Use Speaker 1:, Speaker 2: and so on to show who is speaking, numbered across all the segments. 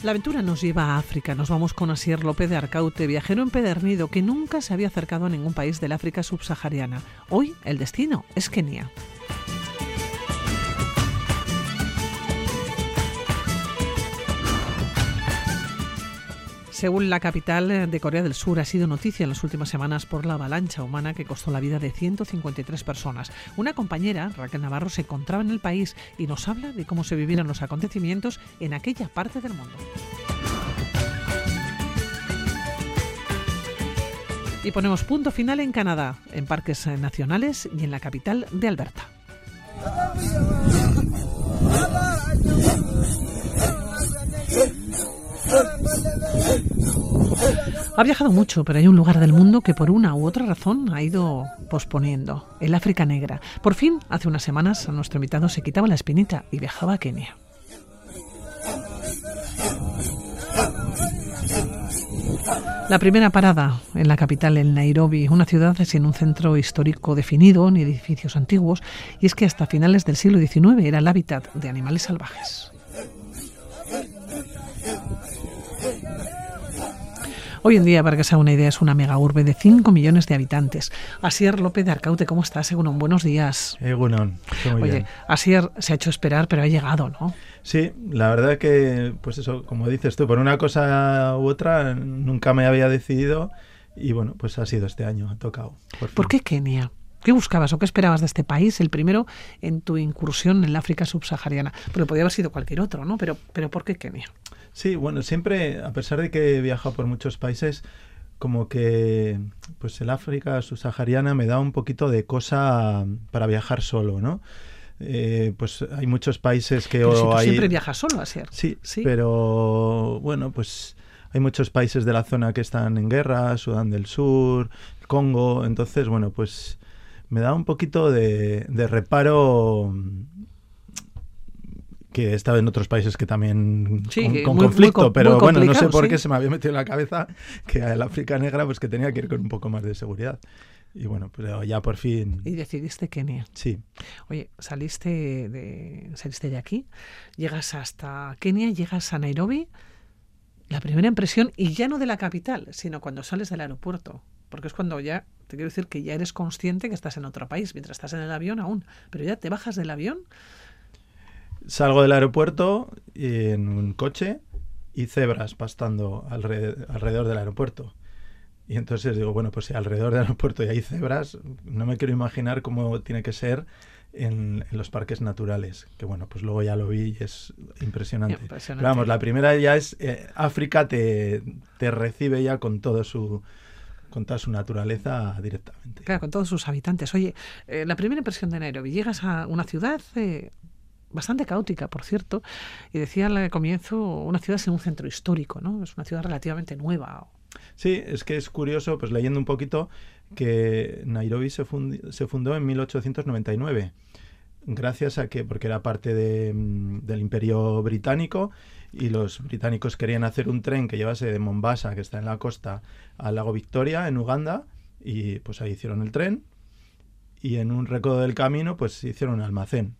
Speaker 1: La aventura nos lleva a África. Nos vamos con Asier López de Arcaute, viajero empedernido que nunca se había acercado a ningún país del África subsahariana. Hoy el destino es Kenia. Según la capital de Corea del Sur, ha sido noticia en las últimas semanas por la avalancha humana que costó la vida de 153 personas. Una compañera, Raquel Navarro, se encontraba en el país y nos habla de cómo se vivieron los acontecimientos en aquella parte del mundo. Y ponemos punto final en Canadá, en parques nacionales y en la capital de Alberta. Ha viajado mucho, pero hay un lugar del mundo que por una u otra razón ha ido posponiendo, el África Negra. Por fin, hace unas semanas, nuestro invitado se quitaba la espinita y viajaba a Kenia. La primera parada en la capital, en Nairobi, una ciudad sin un centro histórico definido ni edificios antiguos, y es que hasta finales del siglo XIX era el hábitat de animales salvajes. Hoy en día, para que se haga una idea, es una mega urbe de 5 millones de habitantes. Asier López de Arcaute, ¿cómo estás? Egunon, buenos días.
Speaker 2: Egunon, muy
Speaker 1: Oye,
Speaker 2: bien.
Speaker 1: Asier se ha hecho esperar, pero ha llegado, ¿no?
Speaker 2: Sí, la verdad que, pues eso, como dices tú, por una cosa u otra nunca me había decidido y bueno, pues ha sido este año, ha tocado.
Speaker 1: ¿Por qué Kenia? ¿Qué buscabas o qué esperabas de este país, el primero en tu incursión en la África subsahariana? Porque podía haber sido cualquier otro, ¿no? Pero ¿por qué Kenia?
Speaker 2: Sí, bueno, siempre, a pesar de que he viajado por muchos países, como que pues el África subsahariana me da un poquito de cosa para viajar solo, ¿no? Pues hay muchos países que...
Speaker 1: Pero si tú
Speaker 2: hay...
Speaker 1: siempre viajas solo, Asier.
Speaker 2: Sí, pero bueno, pues hay muchos países de la zona que están en guerra, Sudán del Sur, Congo, entonces, bueno, pues me da un poquito de reparo que he estado en otros países que también
Speaker 1: sí,
Speaker 2: con conflicto, pero bueno, no sé por qué se me había metido en la cabeza que el África Negra pues que tenía que ir con un poco más de seguridad. Y bueno, pero ya por fin...
Speaker 1: Y decidiste Kenia.
Speaker 2: Sí.
Speaker 1: Oye, saliste de aquí, llegas hasta Kenia, llegas a Nairobi. La primera impresión, y ya no de la capital, sino cuando sales del aeropuerto, porque es cuando ya, te quiero decir que ya eres consciente que estás en otro país, mientras estás en el avión aún, pero ya te bajas del avión.
Speaker 2: Salgo del aeropuerto en un coche y cebras pastando alrededor del aeropuerto. Y entonces digo, bueno, pues si alrededor del aeropuerto y hay cebras, no me quiero imaginar cómo tiene que ser en los parques naturales. Que bueno, pues luego ya lo vi y es impresionante. Pero vamos, la primera ya es África te recibe ya con toda su naturaleza directamente.
Speaker 1: Claro, con todos sus habitantes. Oye, la primera impresión de Nairobi, llegas a una ciudad bastante caótica, por cierto, y decía al comienzo, una ciudad sin un centro histórico, ¿no? Es una ciudad relativamente nueva.
Speaker 2: Sí, es que es curioso, pues leyendo un poquito, que Nairobi se fundó en 1899, gracias a que, porque era parte del Imperio Británico, y los británicos querían hacer un tren que llevase de Mombasa, que está en la costa, al lago Victoria, en Uganda, y pues ahí hicieron el tren, y en un recodo del camino, pues hicieron un almacén.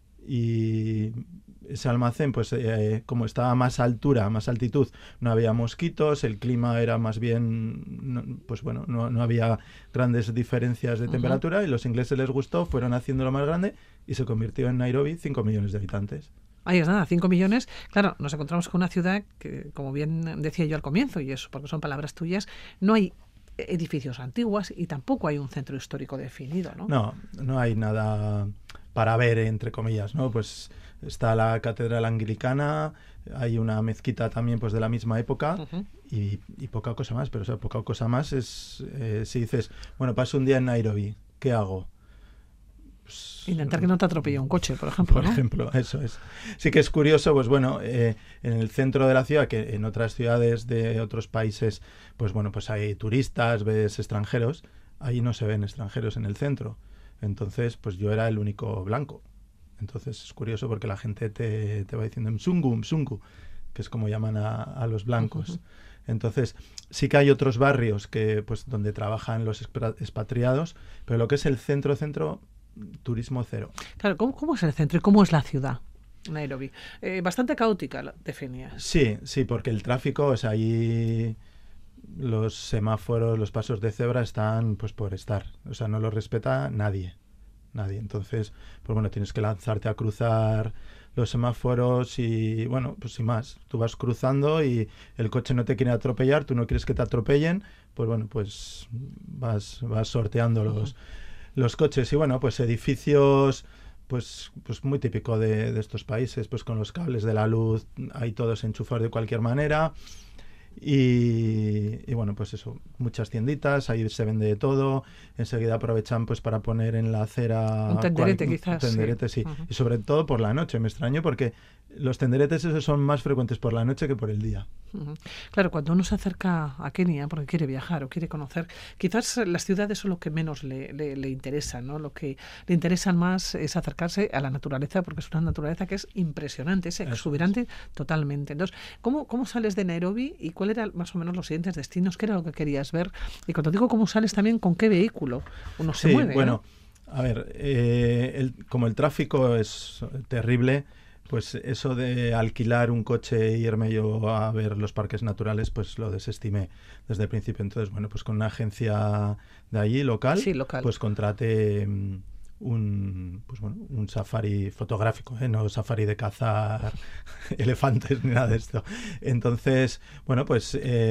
Speaker 2: Y ese almacén, pues como estaba a más altura, más altitud, no había mosquitos, el clima era más bien, pues bueno, no había grandes diferencias de temperatura, y los ingleses les gustó, fueron haciéndolo más grande y se convirtió en Nairobi 5 millones de habitantes.
Speaker 1: Ahí es nada, 5 millones. Claro, nos encontramos con una ciudad que, como bien decía yo al comienzo, y eso porque son palabras tuyas, no hay edificios antiguos y tampoco hay un centro histórico definido, ¿no?
Speaker 2: No hay nada para ver, entre comillas, ¿no? Pues está la catedral anglicana, hay una mezquita también pues de la misma época, y poca cosa más, pero o sea, poca cosa más es si dices, bueno, paso un día en Nairobi, ¿qué hago? Pues,
Speaker 1: intentar que no te atropelle un coche, por ejemplo, ¿no?
Speaker 2: Por ejemplo, eso es. Sí que es curioso, pues bueno, en el centro de la ciudad, que en otras ciudades de otros países, pues bueno, pues hay turistas, ves extranjeros, ahí no se ven extranjeros en el centro. Entonces, pues yo era el único blanco. Entonces es curioso porque la gente te va diciendo Mzungu, que es como llaman a los blancos. Entonces, sí que hay otros barrios que pues donde trabajan los expatriados, pero lo que es el centro, turismo cero.
Speaker 1: Claro, ¿cómo es el centro y cómo es la ciudad? Nairobi. Bastante caótica de Fenia.
Speaker 2: Sí, sí, porque el tráfico, o sea, ahí los semáforos, los pasos de cebra están pues por estar. O sea, no los respeta nadie. Entonces, pues bueno, tienes que lanzarte a cruzar los semáforos y, bueno, pues sin más. Tú vas cruzando y el coche no te quiere atropellar, tú no quieres que te atropellen, pues bueno, pues vas sorteando los coches. Y bueno, pues edificios, pues muy típico de estos países, pues con los cables de la luz ahí todos enchufados de cualquier manera. Y bueno, pues eso, muchas tienditas, ahí se vende de todo, enseguida aprovechan pues para poner en la acera
Speaker 1: un tenderete quizás.
Speaker 2: Un tenderete, sí.
Speaker 1: Uh-huh.
Speaker 2: Y sobre todo por la noche, me extraño porque los tenderetes esos son más frecuentes por la noche que por el día.
Speaker 1: Uh-huh. Claro, cuando uno se acerca a Kenia porque quiere viajar o quiere conocer, quizás las ciudades son lo que menos le interesa, ¿no? Lo que le interesa más es acercarse a la naturaleza, porque es una naturaleza que es impresionante, es exuberante totalmente. Entonces, ¿cómo sales de Nairobi y cuáles eran más o menos los siguientes destinos? ¿Qué era lo que querías ver? Y cuando digo cómo sales también, ¿con qué vehículo uno se mueve?
Speaker 2: Bueno,
Speaker 1: ¿no?
Speaker 2: A ver, como el tráfico es terrible, pues eso de alquilar un coche e irme yo a ver los parques naturales, pues lo desestimé desde el principio. Entonces, bueno, pues con una agencia de allí, local, pues contraté un safari fotográfico, no safari de cazar elefantes ni nada de esto. Entonces, bueno, pues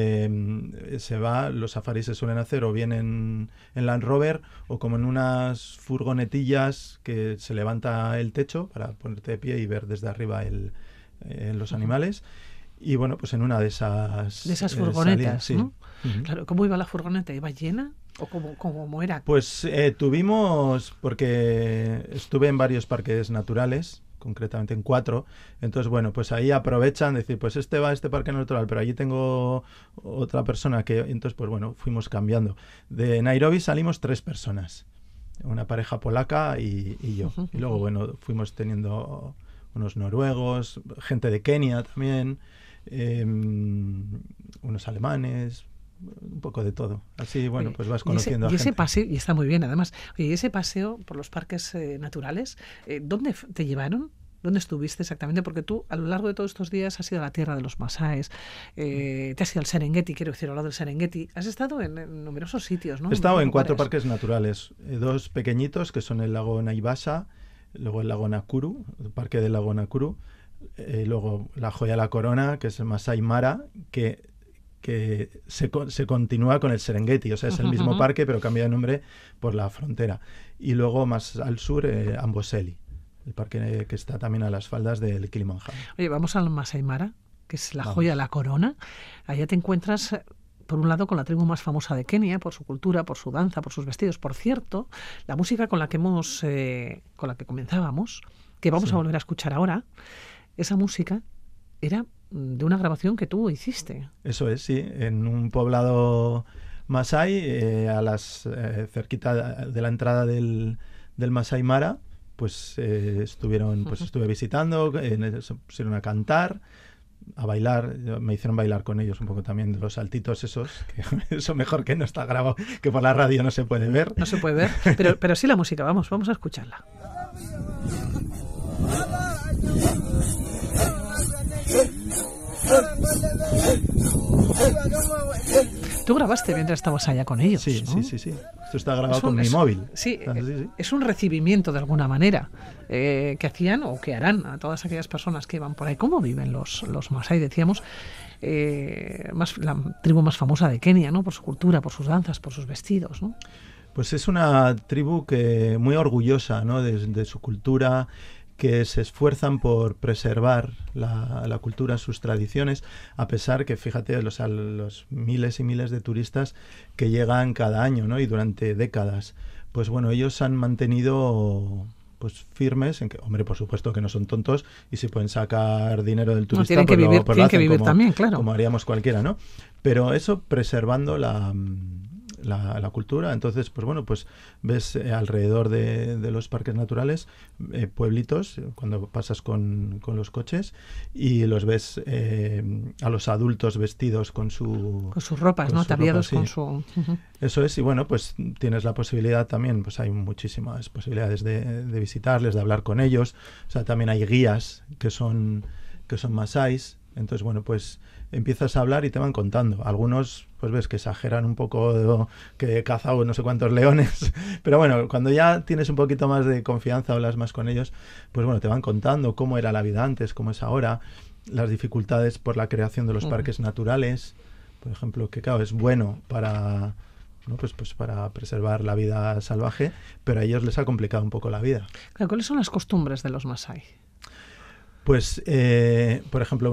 Speaker 2: los safaris se suelen hacer o bien en Land Rover o como en unas furgonetillas que se levanta el techo para ponerte de pie y ver desde arriba los animales. Y bueno, pues en una de esas
Speaker 1: furgonetas,
Speaker 2: sí.
Speaker 1: ¿no? Uh-huh. Claro, ¿cómo iba la furgoneta? ¿Iba llena? ¿O cómo era?
Speaker 2: Pues tuvimos, porque estuve en varios parques naturales, concretamente en 4, entonces bueno, pues ahí aprovechan, decir, pues va a este parque natural, pero allí tengo otra persona entonces pues bueno, fuimos cambiando. De Nairobi salimos 3 personas, una pareja polaca y yo. Uh-huh. Y luego bueno, fuimos teniendo unos noruegos, gente de Kenia también, unos alemanes, un poco de todo. Así, bueno, pues vas conociendo a gente.
Speaker 1: Ese paseo, y está muy bien además, y ese paseo por los parques naturales, ¿dónde te llevaron? ¿Dónde estuviste exactamente? Porque tú, a lo largo de todos estos días, has ido a la tierra de los masáes, te has ido al Serengeti, quiero decir, al lado del Serengeti. Has estado en numerosos sitios, ¿no?
Speaker 2: He estado en 4 parques naturales. 2 pequeñitos, que son el lago Naivasha, luego el lago Nakuru, el parque del lago Nakuru, luego la joya de la corona, que es el Masai Mara, que se continúa con el Serengeti, o sea, es el mismo parque, pero cambia de nombre por la frontera. Y luego más al sur, Amboseli, el parque que está también a las faldas del Kilimanjaro.
Speaker 1: Oye, vamos al Masai Mara, que es la joya de la corona. Allá te encuentras, por un lado, con la tribu más famosa de Kenia, por su cultura, por su danza, por sus vestidos. Por cierto, la música con la que comenzábamos, que vamos a volver a escuchar ahora, esa música era de una grabación que tú hiciste.
Speaker 2: Eso es, sí, en un poblado masái, cerquita de la entrada del Masai Mara, pues estuve visitando, se pusieron a cantar, a bailar, me hicieron bailar con ellos un poco también de los saltitos esos, que eso mejor que no está grabado, que por la radio no se puede ver.
Speaker 1: No se puede ver, pero sí la música, vamos a escucharla. Tú grabaste mientras estabas allá con ellos,
Speaker 2: sí,
Speaker 1: ¿no?
Speaker 2: Sí. Esto está grabado con mi móvil.
Speaker 1: Sí, es un recibimiento de alguna manera que hacían o que harán a todas aquellas personas que van por ahí. ¿Cómo viven los masái? Decíamos, la tribu más famosa de Kenia, ¿no? Por su cultura, por sus danzas, por sus vestidos, ¿no?
Speaker 2: Pues es una tribu que muy orgullosa, ¿no? de su cultura, que se esfuerzan por preservar la cultura, sus tradiciones, a pesar que, fíjate, los miles y miles de turistas que llegan cada año, ¿no? Y durante décadas. Pues bueno, ellos han mantenido pues firmes en que, hombre, por supuesto que no son tontos y si pueden sacar dinero del turista,
Speaker 1: tienen que vivir, tienen que vivir también, claro.
Speaker 2: Como haríamos cualquiera, ¿no? Pero eso preservando la cultura. Entonces, pues bueno, pues ves alrededor de los parques naturales pueblitos, cuando pasas con los coches, y los ves a los adultos vestidos con
Speaker 1: sus ropas, ¿no? Ataviados con su...
Speaker 2: Eso es, y bueno, pues tienes la posibilidad también, pues hay muchísimas posibilidades de visitarles, de hablar con ellos. O sea, también hay guías que son masáis. Entonces, bueno, pues empiezas a hablar y te van contando. Algunos, pues ves que exageran un poco, que he cazado no sé cuántos leones. Pero bueno, cuando ya tienes un poquito más de confianza, hablas más con ellos, pues bueno, te van contando cómo era la vida antes, cómo es ahora, las dificultades por la creación de los parques naturales. Por ejemplo, que claro, es bueno para... ¿no? Pues para preservar la vida salvaje, pero a ellos les ha complicado un poco la vida.
Speaker 1: Claro, ¿cuáles son las costumbres de los masái?
Speaker 2: Pues, por ejemplo,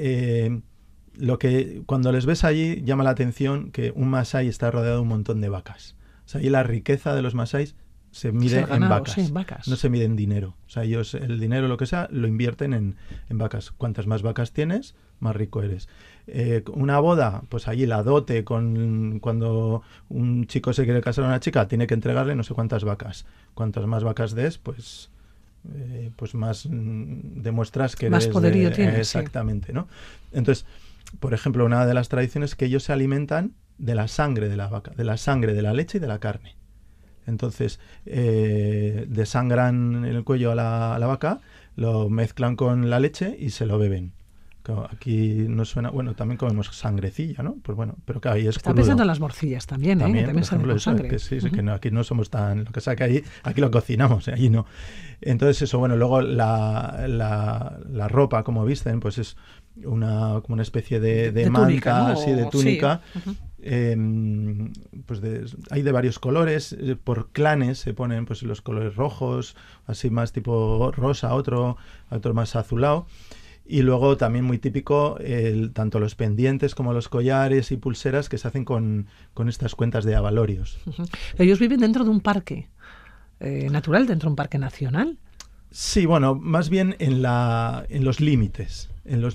Speaker 2: lo que cuando les ves allí llama la atención que un masái está rodeado de un montón de vacas. O sea, ahí la riqueza de los masáis se mide en vacas,
Speaker 1: sí, vacas,
Speaker 2: no se mide en dinero. O sea, ellos el dinero, lo que sea, lo invierten en vacas. Cuantas más vacas tienes, más rico eres. Una boda, pues allí la dote, cuando un chico se quiere casar a una chica, tiene que entregarle no sé cuántas vacas. Cuantas más vacas des, pues más demuestras que
Speaker 1: más
Speaker 2: eres
Speaker 1: poderío tienes.
Speaker 2: Exactamente,
Speaker 1: sí.
Speaker 2: ¿no? Entonces, por ejemplo, una de las tradiciones es que ellos se alimentan de la sangre de la vaca, de la sangre, de la leche y de la carne. Entonces, desangran en el cuello a la vaca, lo mezclan con la leche y se lo beben. Claro, aquí nos suena, bueno, también comemos sangrecilla, ¿no? Pues bueno, pero claro, ahí es
Speaker 1: Está
Speaker 2: crudo.
Speaker 1: pensando en las morcillas también, ¿eh?
Speaker 2: También,
Speaker 1: También
Speaker 2: por ejemplo,
Speaker 1: con sangre.
Speaker 2: Que sí, que no, aquí no somos tan... Lo que sea que aquí lo cocinamos, allí no. Entonces eso, bueno, luego la ropa, como visten, pues es como una especie de manta,
Speaker 1: túnica, ¿no?
Speaker 2: Así, de túnica.
Speaker 1: Sí.
Speaker 2: Pues hay de varios colores, por clanes se ponen pues los colores rojos, así más tipo rosa, otro más azulado. Y luego también muy típico tanto los pendientes como los collares y pulseras que se hacen con estas cuentas de abalorios.
Speaker 1: Ellos viven dentro de un parque natural, dentro de un parque nacional.
Speaker 2: Sí, bueno, más bien en los límites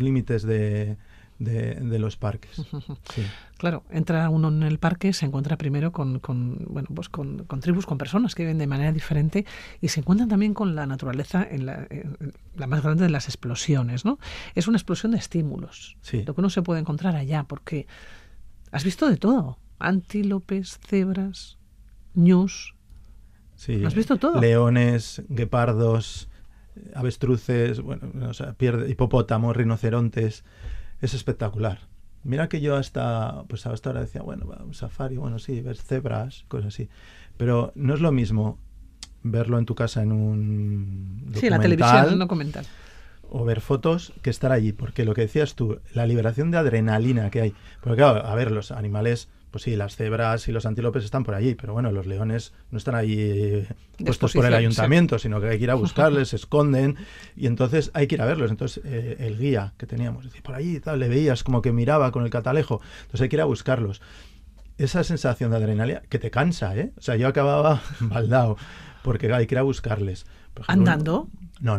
Speaker 2: de los parques. Sí.
Speaker 1: Claro, entra uno en el parque, se encuentra primero con tribus, con personas que viven de manera diferente y se encuentran también con la naturaleza en la más grande de las explosiones, ¿no? Es una explosión de estímulos,
Speaker 2: sí.
Speaker 1: Lo que uno se puede encontrar allá, porque has visto de todo, antílopes, cebras, ñus,
Speaker 2: sí.
Speaker 1: Has visto todo.
Speaker 2: Leones, guepardos, avestruces, bueno, o sea, hipopótamos, rinocerontes. Es espectacular. Mira que yo hasta ahora decía, bueno, un safari, bueno, sí, ves cebras, cosas así. Pero no es lo mismo verlo en tu casa en un documental.
Speaker 1: Sí, en la televisión, en un documental.
Speaker 2: O ver fotos que estar allí. Porque lo que decías tú, la liberación de adrenalina que hay. Porque claro, a ver, los animales... Pues sí, las cebras y los antílopes están por allí, pero bueno, los leones no están ahí puestos por el ayuntamiento, sino que hay que ir a buscarles, se esconden, y entonces hay que ir a verlos. Entonces el guía que teníamos, decía, por allí, tal, le veías como que miraba con el catalejo, entonces hay que ir a buscarlos. Esa sensación de adrenalina que te cansa, ¿eh? O sea, yo acababa baldao, porque hay que ir a buscarles. Por ejemplo,
Speaker 1: ¿andando?
Speaker 2: No.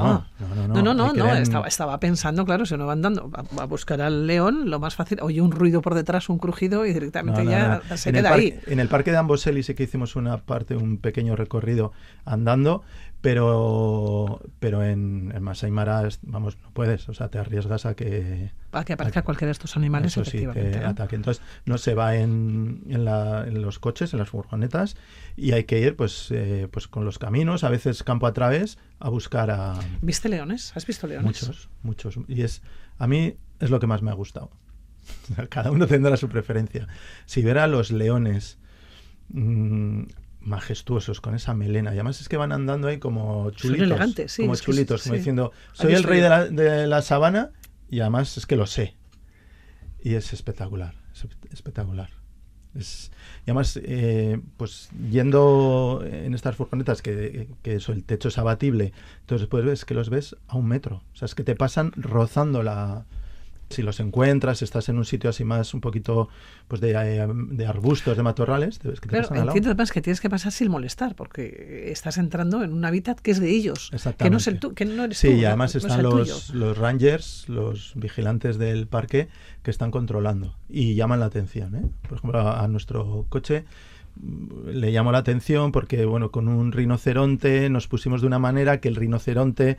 Speaker 1: Estaba pensando, claro, si uno va andando a buscar al león, lo más fácil, oye un ruido por detrás, un crujido y directamente se queda ahí.
Speaker 2: En el parque de Amboseli sí que hicimos un pequeño recorrido andando, pero en Masai Mara, vamos, no puedes, o sea, te arriesgas a que
Speaker 1: aparezca cualquiera de estos animales,
Speaker 2: eso
Speaker 1: efectivamente.
Speaker 2: Sí, te ataque. Entonces no se va en los coches, en las furgonetas, y hay que ir pues con los caminos, a veces campo a través, a buscar a...
Speaker 1: ¿Viste leones? ¿Has visto leones?
Speaker 2: Muchos. Y a mí es lo que más me ha gustado. Cada uno tendrá su preferencia. Si ver a los leones majestuosos, con esa melena, y además es que van andando ahí como chulitos.
Speaker 1: Son elegantes, sí.
Speaker 2: Como chulitos, como diciendo, soy el rey de la sabana, y además es que lo sé. Y es espectacular, espectacular. Y además, pues yendo en estas furgonetas que eso, el techo es abatible, entonces pues ves que los ves a 1 metro. O sea, es que te pasan rozando Si los encuentras, estás en un sitio así más un poquito pues de arbustos, de matorrales, te ves que te
Speaker 1: Claro,
Speaker 2: pasan al lado.
Speaker 1: entiendo además que tienes que pasar sin molestar, porque estás entrando en un hábitat que es de ellos, que no es el que no eres tú.
Speaker 2: Sí, y además
Speaker 1: no es
Speaker 2: están
Speaker 1: el
Speaker 2: los rangers, los vigilantes del parque, que están controlando y llaman la atención, ¿eh? Por ejemplo, a nuestro coche le llamó la atención porque, bueno, con un rinoceronte nos pusimos de una manera que el rinoceronte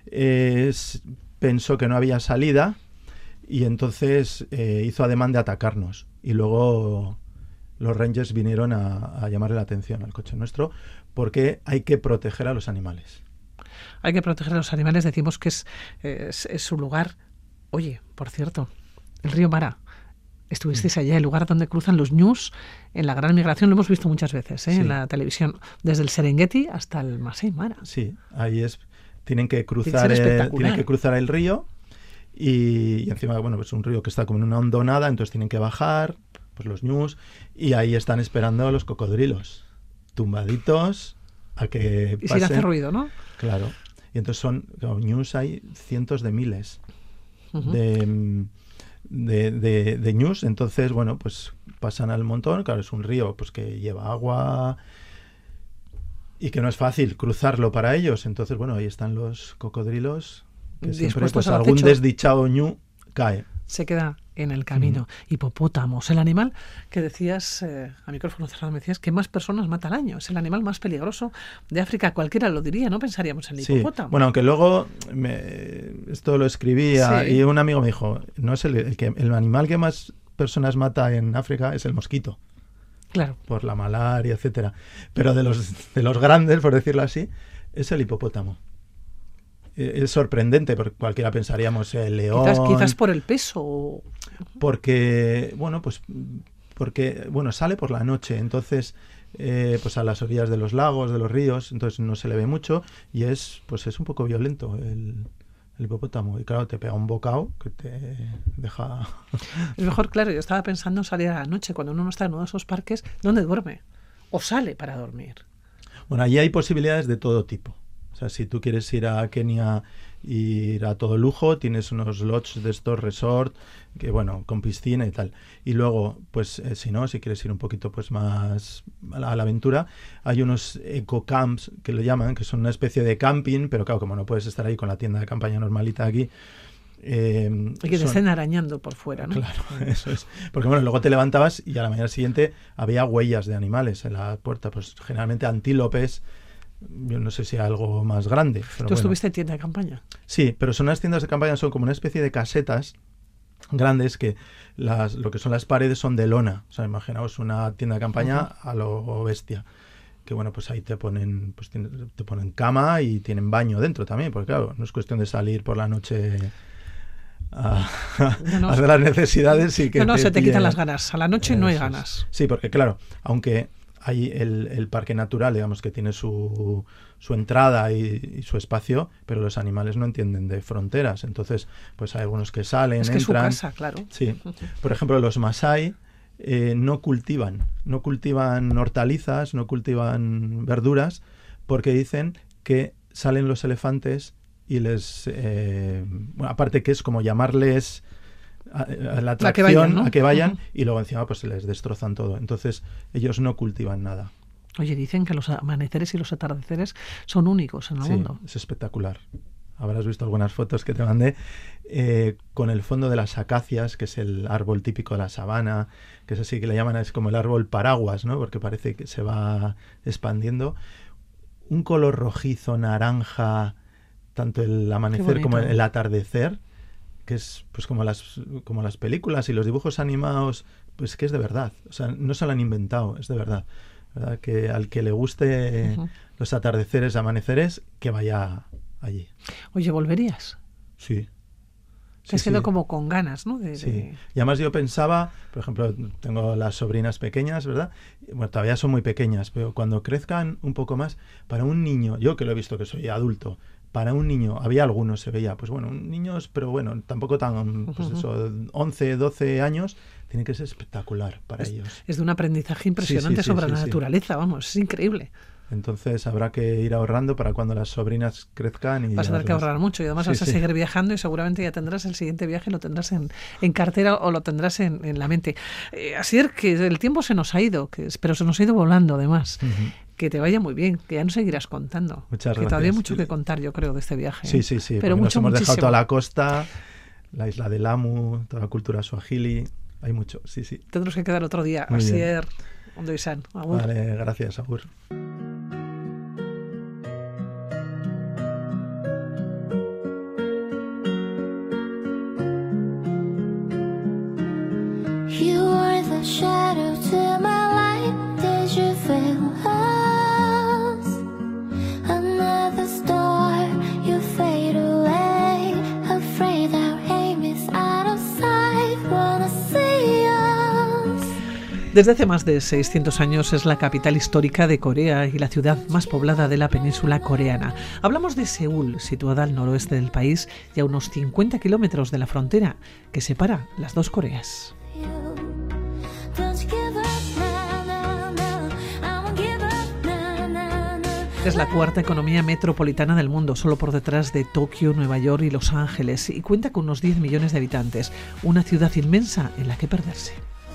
Speaker 2: pensó que no había salida y entonces hizo ademán de atacarnos. Y luego los rangers vinieron a llamarle la atención al coche nuestro porque hay que proteger a los animales.
Speaker 1: Hay que proteger a los animales, decimos que es su lugar. Oye, por cierto, el río Mara. Estuvisteis allá, el lugar donde cruzan los ñus en la gran migración, lo hemos visto muchas veces,
Speaker 2: Sí.
Speaker 1: en la televisión, desde el Serengeti hasta el Masai Mara.
Speaker 2: Sí, ahí tienen que cruzar el río y encima, bueno, pues un río que está como en una hondonada, entonces tienen que bajar, pues los ñus, y ahí están esperando a los cocodrilos, tumbaditos, a que
Speaker 1: y
Speaker 2: pasen.
Speaker 1: sin hacer ruido, ¿no?
Speaker 2: Claro. Y entonces ñus hay cientos de miles de ñus, entonces, bueno, pues pasan al montón. Claro, es un río pues que lleva agua y que no es fácil cruzarlo para ellos. Entonces, bueno, ahí están los cocodrilos, que siempre pues algún desdichado ñu cae.
Speaker 1: Se queda en el camino. Hipopótamos, el animal que decías, a micrófono cerrado me decías, que más personas mata al año. Es el animal más peligroso de África. Cualquiera lo diría, no pensaríamos en el hipopótamo.
Speaker 2: Bueno, aunque luego esto lo escribía y un amigo me dijo, no es el animal que más personas mata en África es el mosquito.
Speaker 1: Claro.
Speaker 2: Por la malaria, etcétera. Pero de los grandes, por decirlo así, es el hipopótamo. Es sorprendente, porque cualquiera pensaríamos el león.
Speaker 1: Quizás por el peso.
Speaker 2: Porque sale por la noche, entonces pues a las orillas de los lagos, de los ríos, entonces no se le ve mucho y es un poco violento el hipopótamo. Y claro, te pega un bocado que te deja...
Speaker 1: Es mejor, claro, yo estaba pensando en salir a la noche, cuando uno no está en uno de esos parques, ¿dónde duerme? O sale para dormir.
Speaker 2: Bueno, allí hay posibilidades de todo tipo. O sea, si tú quieres ir a Kenia y ir a todo lujo, tienes unos lodges de estos resort, que bueno, con piscina y tal. Y luego, pues si quieres ir un poquito pues más a la aventura, hay unos eco-camps que lo llaman, que son una especie de camping, pero claro, como no puedes estar ahí con la tienda de campaña normalita aquí,
Speaker 1: y que te estén arañando por fuera, ¿no?
Speaker 2: Claro, eso es. Porque bueno, luego te levantabas y a la mañana siguiente había huellas de animales en la puerta, pues generalmente antílopes. Yo no sé si algo más grande. Pero
Speaker 1: ¿Tú estuviste en tienda de campaña?
Speaker 2: Sí, pero son las tiendas de campaña, son como una especie de casetas grandes que lo que son las paredes son de lona. O sea, imaginaos una tienda de campaña a lo bestia. Que bueno, pues ahí te ponen cama y tienen baño dentro también, porque claro, no es cuestión de salir por la noche a hacer las necesidades y que
Speaker 1: se te quitan las ganas. A la noche no hay ganas.
Speaker 2: Sí, porque claro, aunque hay el parque natural, digamos, que tiene su entrada y su espacio, pero los animales no entienden de fronteras. Entonces, pues hay algunos que salen,
Speaker 1: entran. Es
Speaker 2: su
Speaker 1: casa, claro.
Speaker 2: Sí. Por ejemplo, los masái no cultivan hortalizas, no cultivan verduras, porque dicen que salen los elefantes y les... aparte que es como llamarles... a la atracción, a que vayan, y luego encima pues se les destrozan todo. Entonces ellos no cultivan nada.
Speaker 1: Oye, dicen que los amaneceres y los atardeceres son únicos en el mundo.
Speaker 2: Es espectacular. Habrás visto algunas fotos que te mandé con el fondo de las acacias, que es el árbol típico de la sabana, que es así que le llaman, es como el árbol paraguas, ¿no? Porque parece que se va expandiendo. Un color rojizo, naranja, tanto el amanecer como el atardecer, que es pues como las películas y los dibujos animados, pues que es de verdad. O sea, no se lo han inventado, es de verdad. ¿Verdad? Que al que le guste los atardeceres, amaneceres, que vaya allí.
Speaker 1: Oye, ¿volverías?
Speaker 2: Sí.
Speaker 1: Te has quedado como con ganas, ¿no?
Speaker 2: Sí. Y además yo pensaba, por ejemplo, tengo las sobrinas pequeñas, ¿verdad? Bueno, todavía son muy pequeñas, pero cuando crezcan un poco más, para un niño, yo que lo he visto que soy adulto, para un niño, había algunos, se veía, pues bueno, niños, pero bueno, tampoco tan, pues eso, 11, 12 años, tiene que ser espectacular para ellos.
Speaker 1: Es de un aprendizaje impresionante sobre la naturaleza, vamos, es increíble.
Speaker 2: Entonces habrá que ir ahorrando para cuando las sobrinas crezcan. Y
Speaker 1: vas a tener que ahorrar mucho y además vas a seguir viajando y seguramente ya tendrás el siguiente viaje, lo tendrás en cartera o lo tendrás en la mente. Así es que el tiempo se nos ha ido, pero se nos ha ido volando además. Uh-huh. Que te vaya muy bien, que ya nos seguirás contando.
Speaker 2: Muchas gracias.
Speaker 1: Que todavía hay mucho que contar, yo creo, de este viaje.
Speaker 2: Sí. Pero mucho, nos hemos dejado toda la costa, la isla de Lamu, toda la cultura suajili. Hay mucho, sí.
Speaker 1: Tendremos que quedar otro día. Asier, Ondo Izan. Agur.
Speaker 2: Vale, gracias, agur.
Speaker 3: You are the shadow to my light. Did you feel us? Another star, you fade away. Afraid our aim is out of sight. Wanna see us.
Speaker 1: Desde hace más de 600 años es la capital histórica de Corea y la ciudad más poblada de la península coreana. Hablamos de Seúl, situada al noroeste del país y a unos 50 kilómetros de la frontera que separa las dos Coreas. Es la cuarta economía metropolitana del mundo, solo por detrás de Tokio, Nueva York y Los Ángeles, y cuenta con unos 10 millones de habitantes, una ciudad inmensa en la que perderse.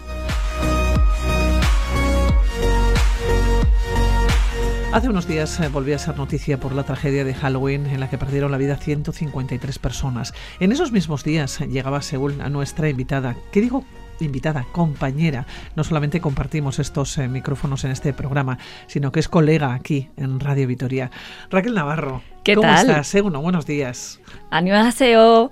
Speaker 1: Hace unos días volvió a ser noticia por la tragedia de Halloween en la que perdieron la vida 153 personas. En esos mismos días llegaba a Seúl a nuestra invitada, compañera. No solamente compartimos estos micrófonos en este programa, sino que es colega aquí en Radio Vitoria. Raquel Navarro,
Speaker 4: ¿cómo
Speaker 1: estás? Buenos días.
Speaker 4: ¡Annyeonghaseyo!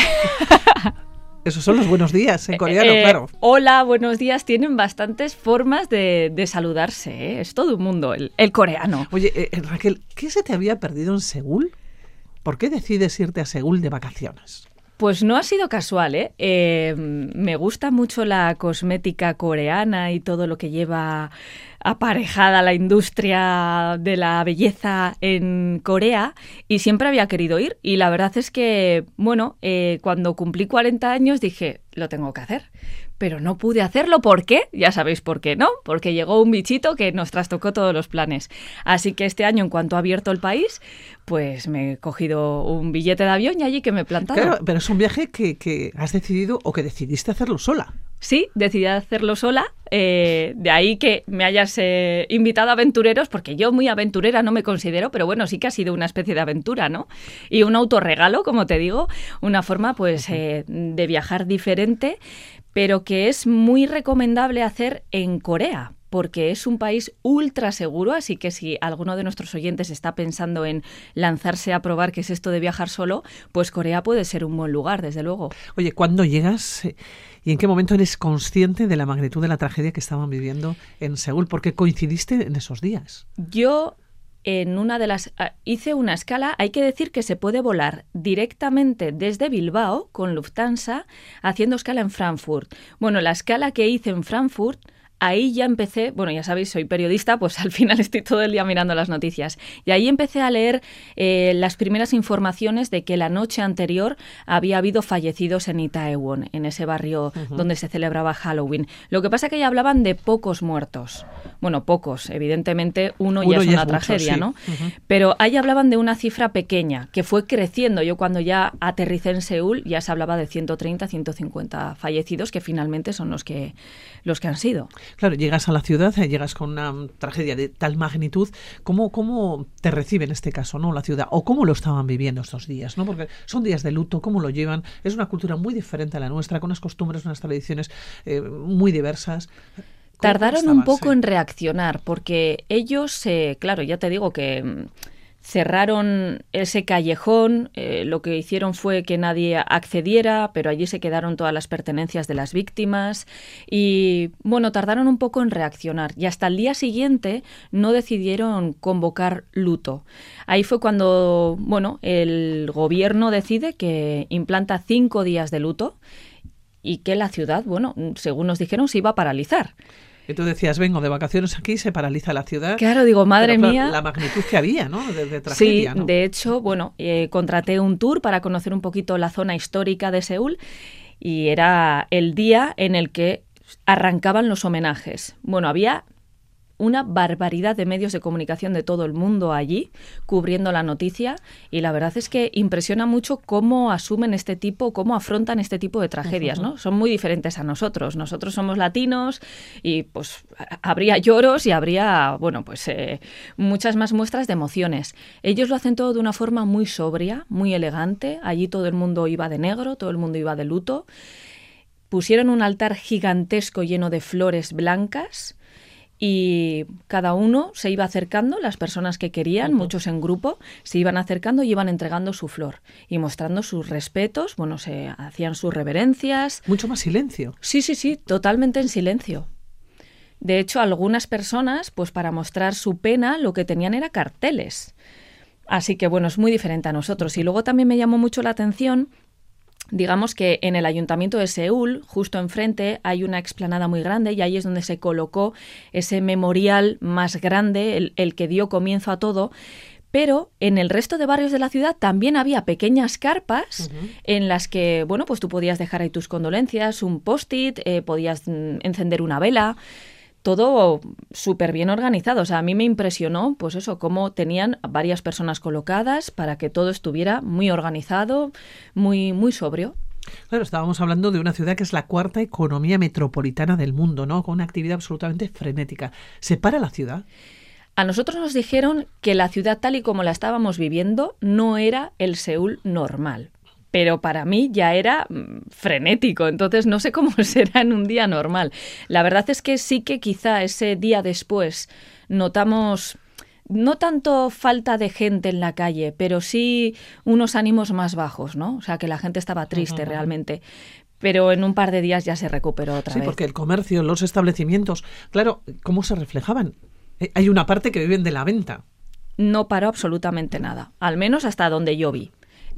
Speaker 1: Esos son los buenos días en coreano, claro.
Speaker 4: Hola, buenos días. Tienen bastantes formas de saludarse, ¿eh? Es todo un mundo, el coreano.
Speaker 1: Oye, Raquel, ¿qué se te había perdido en Seúl? ¿Por qué decides irte a Seúl de vacaciones?
Speaker 4: Pues no ha sido casual, ¿eh? Me gusta mucho la cosmética coreana y todo lo que lleva aparejada la industria de la belleza en Corea y siempre había querido ir y la verdad es que, cuando cumplí 40 años dije, lo tengo que hacer. Pero no pude hacerlo. ¿Por qué? Ya sabéis por qué, ¿no? Porque llegó un bichito que nos trastocó todos los planes. Así que este año, en cuanto ha abierto el país, pues me he cogido un billete de avión y allí que me he plantado.
Speaker 1: Claro, pero es un viaje que has decidido o que decidiste hacerlo sola.
Speaker 4: Sí, decidí hacerlo sola. De ahí que me hayas invitado a aventureros, porque yo muy aventurera no me considero, pero bueno, sí que ha sido una especie de aventura, ¿no? Y un autorregalo, como te digo, una forma pues de viajar diferente, pero que es muy recomendable hacer en Corea, porque es un país ultra seguro, así que si alguno de nuestros oyentes está pensando en lanzarse a probar qué es esto de viajar solo, pues Corea puede ser un buen lugar, desde luego.
Speaker 1: Oye, ¿cuándo llegas y en qué momento eres consciente de la magnitud de la tragedia que estaban viviendo en Seúl? Porque coincidiste en esos días.
Speaker 4: Yo hice una escala. Hay que decir que se puede volar directamente desde Bilbao con Lufthansa haciendo escala en Frankfurt. Bueno, la escala que hice en Frankfurt, ahí ya empecé, ya sabéis, soy periodista, pues al final estoy todo el día mirando las noticias. Y ahí empecé a leer las primeras informaciones de que la noche anterior había habido fallecidos en Itaewon, en ese barrio donde se celebraba Halloween. Lo que pasa es que ya hablaban de pocos muertos. Bueno, pocos, evidentemente uno ya es una tragedia, mucho, sí. ¿No? Pero ahí hablaban de una cifra pequeña, que fue creciendo. Yo cuando ya aterricé en Seúl ya se hablaba de 130, 150 fallecidos, que finalmente son los que han sido.
Speaker 1: Claro, llegas a la ciudad, llegas con una tragedia de tal magnitud. ¿Cómo te recibe en este caso, no, la ciudad? ¿O cómo lo estaban viviendo estos días? ¿No? Porque son días de luto, ¿cómo lo llevan? Es una cultura muy diferente a la nuestra, con unas costumbres, unas tradiciones muy diversas.
Speaker 4: Tardaron un poco en reaccionar, porque ellos, claro, ya te digo que cerraron ese callejón, lo que hicieron fue que nadie accediera, pero allí se quedaron todas las pertenencias de las víctimas y, tardaron un poco en reaccionar y hasta el día siguiente no decidieron convocar luto. Ahí fue cuando, el gobierno decide que implanta 5 días de luto y que la ciudad, según nos dijeron, se iba a paralizar.
Speaker 1: Y tú decías, vengo de vacaciones aquí, se paraliza la ciudad.
Speaker 4: Claro, digo, madre mía.
Speaker 1: La magnitud que había, ¿no? De tragedia,
Speaker 4: sí,
Speaker 1: ¿no?
Speaker 4: De hecho, contraté un tour para conocer un poquito la zona histórica de Seúl y era el día en el que arrancaban los homenajes. Había una barbaridad de medios de comunicación de todo el mundo allí, cubriendo la noticia, y la verdad es que impresiona mucho cómo asumen cómo afrontan este tipo de tragedias, ¿no? Son muy diferentes a nosotros. Nosotros somos latinos y pues habría lloros y habría, bueno, pues muchas más muestras de emociones. Ellos lo hacen todo de una forma muy sobria, muy elegante. Allí todo el mundo iba de negro, todo el mundo iba de luto. Pusieron un altar gigantesco lleno de flores blancas y cada uno se iba acercando, las personas que querían, muchos en grupo, se iban acercando y iban entregando su flor y mostrando sus respetos, bueno, se hacían sus reverencias.
Speaker 1: Mucho más silencio.
Speaker 4: Sí, totalmente en silencio. De hecho, algunas personas, pues para mostrar su pena, lo que tenían era carteles. Así que, bueno, es muy diferente a nosotros. Y luego también me llamó mucho la atención, digamos que en el Ayuntamiento de Seúl, justo enfrente, hay una explanada muy grande y ahí es donde se colocó ese memorial más grande, el que dio comienzo a todo. Pero en el resto de barrios de la ciudad también había pequeñas carpas en las que, bueno, pues tú podías dejar ahí tus condolencias, un post-it, podías encender una vela. Todo súper bien organizado. O sea, a mí me impresionó, pues eso, cómo tenían varias personas colocadas para que todo estuviera muy organizado, muy, muy sobrio.
Speaker 1: Claro, estábamos hablando de una ciudad que es la cuarta economía metropolitana del mundo, ¿no? Con una actividad absolutamente frenética. ¿Se para la ciudad?
Speaker 4: A nosotros nos dijeron que la ciudad tal y como la estábamos viviendo no era el Seúl normal. Pero para mí ya era frenético, entonces no sé cómo será en un día normal. La verdad es que sí que quizá ese día después notamos no tanto falta de gente en la calle, pero sí unos ánimos más bajos, ¿no? O sea, que la gente estaba triste realmente. Pero en un par de días ya se recuperó otra vez.
Speaker 1: Sí, porque el comercio, los establecimientos, claro, ¿cómo se reflejaban? Hay una parte que viven de la venta.
Speaker 4: No paró absolutamente nada, al menos hasta donde yo vi.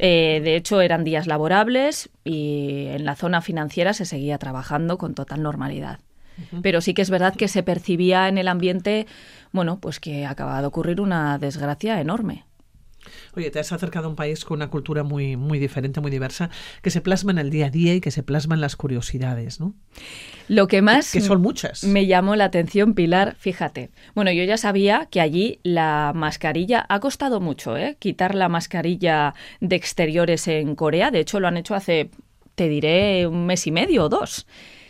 Speaker 4: De hecho, eran días laborables y en la zona financiera se seguía trabajando con total normalidad. Pero sí que es verdad que se percibía en el ambiente, bueno, pues que acaba de ocurrir una desgracia enorme.
Speaker 1: Oye, te has acercado a un país con una cultura muy, muy diferente, muy diversa, que se plasma en el día a día y que se plasma en las curiosidades, ¿no?
Speaker 4: Lo que más
Speaker 1: que son muchas.
Speaker 4: Me llamó la atención, Pilar, fíjate. Bueno, yo ya sabía que allí la mascarilla ha costado mucho, quitar la mascarilla de exteriores en Corea. De hecho, lo han hecho hace, te diré, 1 mes y medio o 2.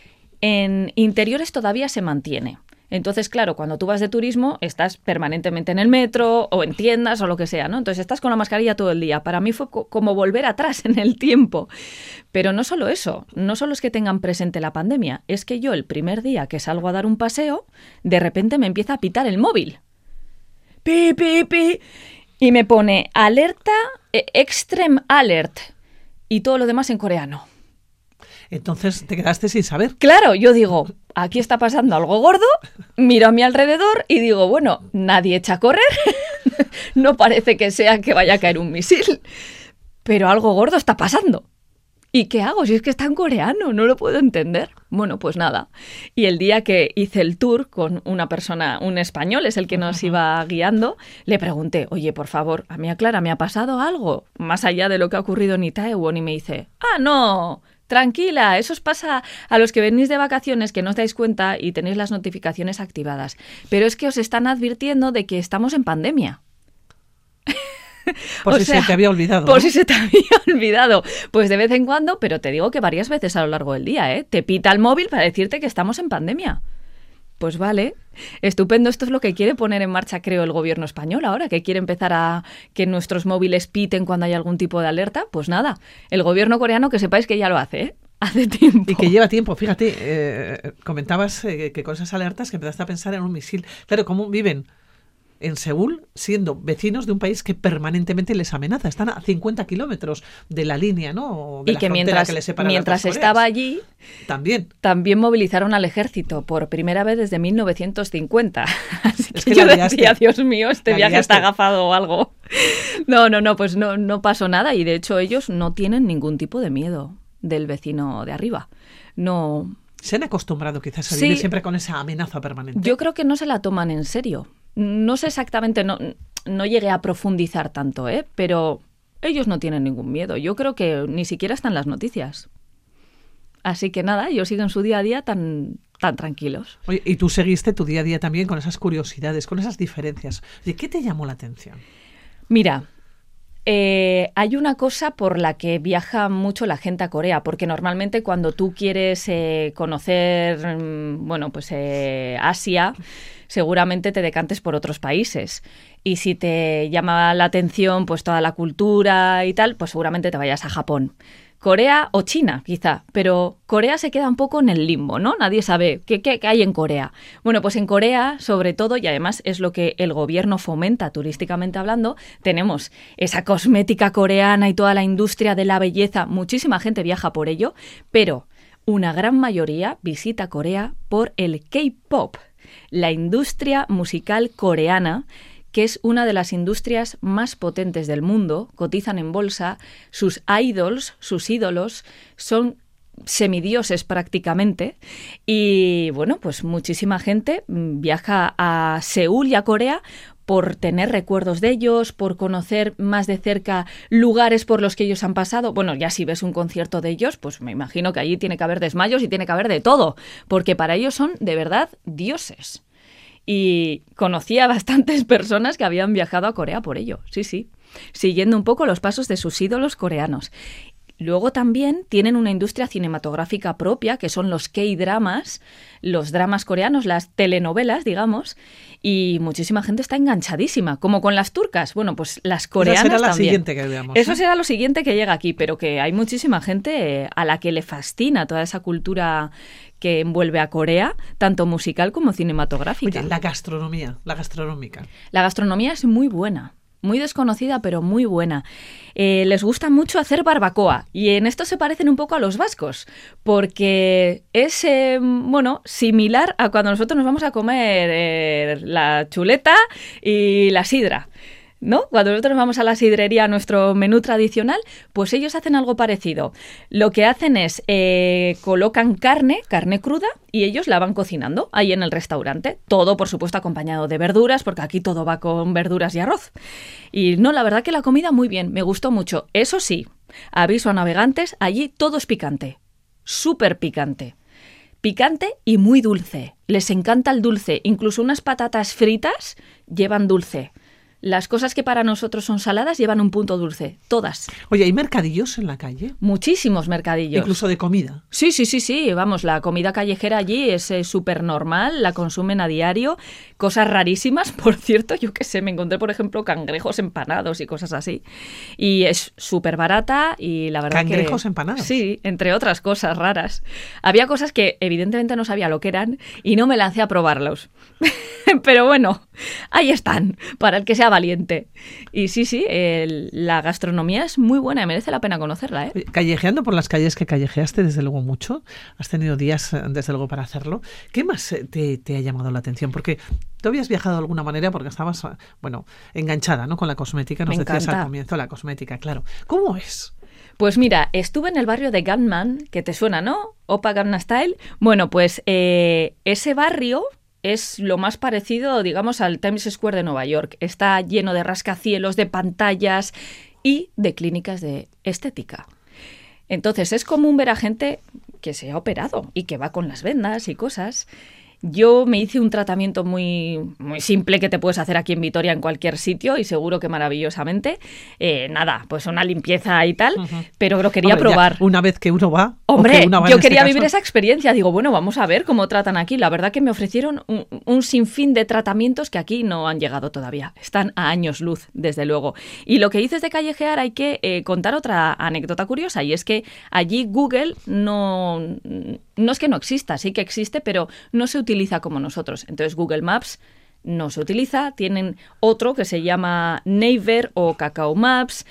Speaker 4: En interiores todavía se mantiene. Entonces, claro, cuando tú vas de turismo, estás permanentemente en el metro o en tiendas o lo que sea, ¿no? Entonces estás con la mascarilla todo el día. Para mí fue como volver atrás en el tiempo. Pero no solo eso, no solo es que tengan presente la pandemia, es que yo el primer día que salgo a dar un paseo, de repente me empieza a pitar el móvil. ¡Pi, pi, pi! Y me pone alerta, extreme alert, y todo lo demás en coreano.
Speaker 1: Entonces te quedaste sin saber.
Speaker 4: Claro, yo digo, aquí está pasando algo gordo, miro a mi alrededor y digo, bueno, nadie echa a correr, no parece que sea que vaya a caer un misil, pero algo gordo está pasando. ¿Y qué hago? Si es que está en coreano, no lo puedo entender. Bueno, pues nada. Y el día que hice el tour con una persona, un español, es el que nos iba guiando, le pregunté, oye, por favor, a mí aclara, ¿me ha pasado algo? Más allá de lo que ha ocurrido en Itaewon, y me dice, no, tranquila, eso os pasa a los que venís de vacaciones, que no os dais cuenta y tenéis las notificaciones activadas. Pero es que os están advirtiendo de que estamos en pandemia.
Speaker 1: Por si se te había olvidado.
Speaker 4: Por si se te había olvidado. Pues de vez en cuando, pero te digo que varias veces a lo largo del día, te pita el móvil para decirte que estamos en pandemia. Pues vale, estupendo. Esto es lo que quiere poner en marcha, creo, el gobierno español ahora, que quiere empezar a que nuestros móviles piten cuando hay algún tipo de alerta. Pues nada, el gobierno coreano, que sepáis que ya lo hace, hace tiempo.
Speaker 1: Y que lleva tiempo, fíjate, comentabas que con esas alertas que empezaste a pensar en un misil. Claro, ¿cómo viven en Seúl siendo vecinos de un país que permanentemente les amenaza? Están a 50 kilómetros de la línea, ¿no? De
Speaker 4: y
Speaker 1: la
Speaker 4: que
Speaker 1: mientras que les separa
Speaker 4: mientras
Speaker 1: las dos
Speaker 4: estaba
Speaker 1: Coreas.
Speaker 4: allí,
Speaker 1: también
Speaker 4: movilizaron al ejército por primera vez desde 1950. Así
Speaker 1: es
Speaker 4: que
Speaker 1: que
Speaker 4: yo
Speaker 1: la liaste.
Speaker 4: decía, Dios mío, este
Speaker 1: La
Speaker 4: viaje
Speaker 1: liaste.
Speaker 4: está agafado o algo. No, pues no pasó nada y de hecho ellos no tienen ningún tipo de miedo del vecino de arriba. No.
Speaker 1: Se han acostumbrado quizás a
Speaker 4: Sí.
Speaker 1: vivir siempre con esa amenaza permanente.
Speaker 4: Yo creo que no se la toman en serio. No sé exactamente, no llegué a profundizar tanto, pero ellos no tienen ningún miedo. Yo creo que ni siquiera están en las noticias. Así que nada, ellos siguen su día a día tan tan tranquilos.
Speaker 1: Oye, y tú seguiste tu día a día también con esas curiosidades, con esas diferencias. Oye, ¿qué te llamó la atención?
Speaker 4: Mira, hay una cosa por la que viaja mucho la gente a Corea, porque normalmente cuando tú quieres conocer, Asia, seguramente te decantes por otros países. Y si te llama la atención pues toda la cultura y tal, pues seguramente te vayas a Japón. Corea o China, quizá, pero Corea se queda un poco en el limbo, ¿no? Nadie sabe qué hay en Corea. Bueno, pues en Corea, sobre todo, y además es lo que el gobierno fomenta turísticamente hablando, tenemos esa cosmética coreana y toda la industria de la belleza. Muchísima gente viaja por ello, pero una gran mayoría visita Corea por el K-pop, la industria musical coreana, que es una de las industrias más potentes del mundo, cotizan en bolsa, sus ídolos son semidioses prácticamente, y bueno, pues muchísima gente viaja a Seúl y a Corea por tener recuerdos de ellos, por conocer más de cerca lugares por los que ellos han pasado. Bueno, ya si ves un concierto de ellos, pues me imagino que allí tiene que haber desmayos y tiene que haber de todo, porque para ellos son de verdad dioses. Y conocí a bastantes personas que habían viajado a Corea por ello, sí, siguiendo un poco los pasos de sus ídolos coreanos. Luego también tienen una industria cinematográfica propia, que son los K-dramas, los dramas coreanos, las telenovelas, digamos, y muchísima gente está enganchadísima, como con las turcas. Bueno, pues las coreanas
Speaker 1: Esa será la
Speaker 4: también.
Speaker 1: siguiente que veamos.
Speaker 4: Eso será lo siguiente que llega aquí, pero que hay muchísima gente a la que le fascina toda esa cultura que envuelve a Corea, tanto musical como cinematográfica.
Speaker 1: Oye, la gastronómica.
Speaker 4: La gastronomía es muy buena. Muy desconocida, pero muy buena. Les gusta mucho hacer barbacoa y en esto se parecen un poco a los vascos, porque es, similar a cuando nosotros nos vamos a comer la chuleta y la sidra, ¿no? Cuando nosotros vamos a la sidrería a nuestro menú tradicional, pues ellos hacen algo parecido. Lo que hacen es colocan carne cruda, y ellos la van cocinando ahí en el restaurante. Todo, por supuesto, acompañado de verduras, porque aquí todo va con verduras y arroz. Y no, la verdad que la comida muy bien, me gustó mucho. Eso sí, aviso a navegantes, allí todo es picante, súper picante. Picante y muy dulce. Les encanta el dulce. Incluso unas patatas fritas llevan dulce. Las cosas que para nosotros son saladas llevan un punto dulce, todas.
Speaker 1: Oye, ¿hay mercadillos en la calle?
Speaker 4: Muchísimos mercadillos.
Speaker 1: Incluso de comida.
Speaker 4: Sí. Vamos, la comida callejera allí es súper normal, la consumen a diario. Cosas rarísimas, por cierto, yo qué sé, me encontré, por ejemplo, cangrejos empanados y cosas así. Y es súper barata y la verdad
Speaker 1: ¿Cangrejos empanados?
Speaker 4: Sí, entre otras cosas raras. Había cosas que evidentemente no sabía lo que eran y no me lancé a probarlos. Pero bueno, ahí están, para el que sea valiente. Y sí, la gastronomía es muy buena y merece la pena conocerla, ¿eh?
Speaker 1: Callejeando por las calles que callejeaste, desde luego mucho, has tenido días, desde luego, para hacerlo. ¿Qué más te ha llamado la atención? Porque tú habías viajado de alguna manera porque estabas, enganchada, ¿no? Con la cosmética, nos decías al comienzo, la cosmética, claro. ¿Cómo es?
Speaker 4: Pues mira, estuve en el barrio de Gangnam, que te suena, ¿no? Oppa Gangnam Style. Bueno, pues ese barrio es lo más parecido, digamos, al Times Square de Nueva York. Está lleno de rascacielos, de pantallas y de clínicas de estética. Entonces es común ver a gente que se ha operado y que va con las vendas y cosas. Yo me hice un tratamiento muy simple que te puedes hacer aquí en Vitoria en cualquier sitio y seguro que maravillosamente. Pues una limpieza y tal, pero lo quería probar.
Speaker 1: Ya, una vez que uno va...
Speaker 4: Hombre, yo quería vivir esa experiencia. Digo, bueno, vamos a ver cómo tratan aquí. La verdad que me ofrecieron un sinfín de tratamientos que aquí no han llegado todavía. Están a años luz, desde luego. Y lo que dices de callejear, hay que contar otra anécdota curiosa, y es que allí Google no es que no exista, sí que existe, pero no se utiliza como nosotros. Entonces Google Maps no se utiliza, tienen otro que se llama Naver o Kakao Maps,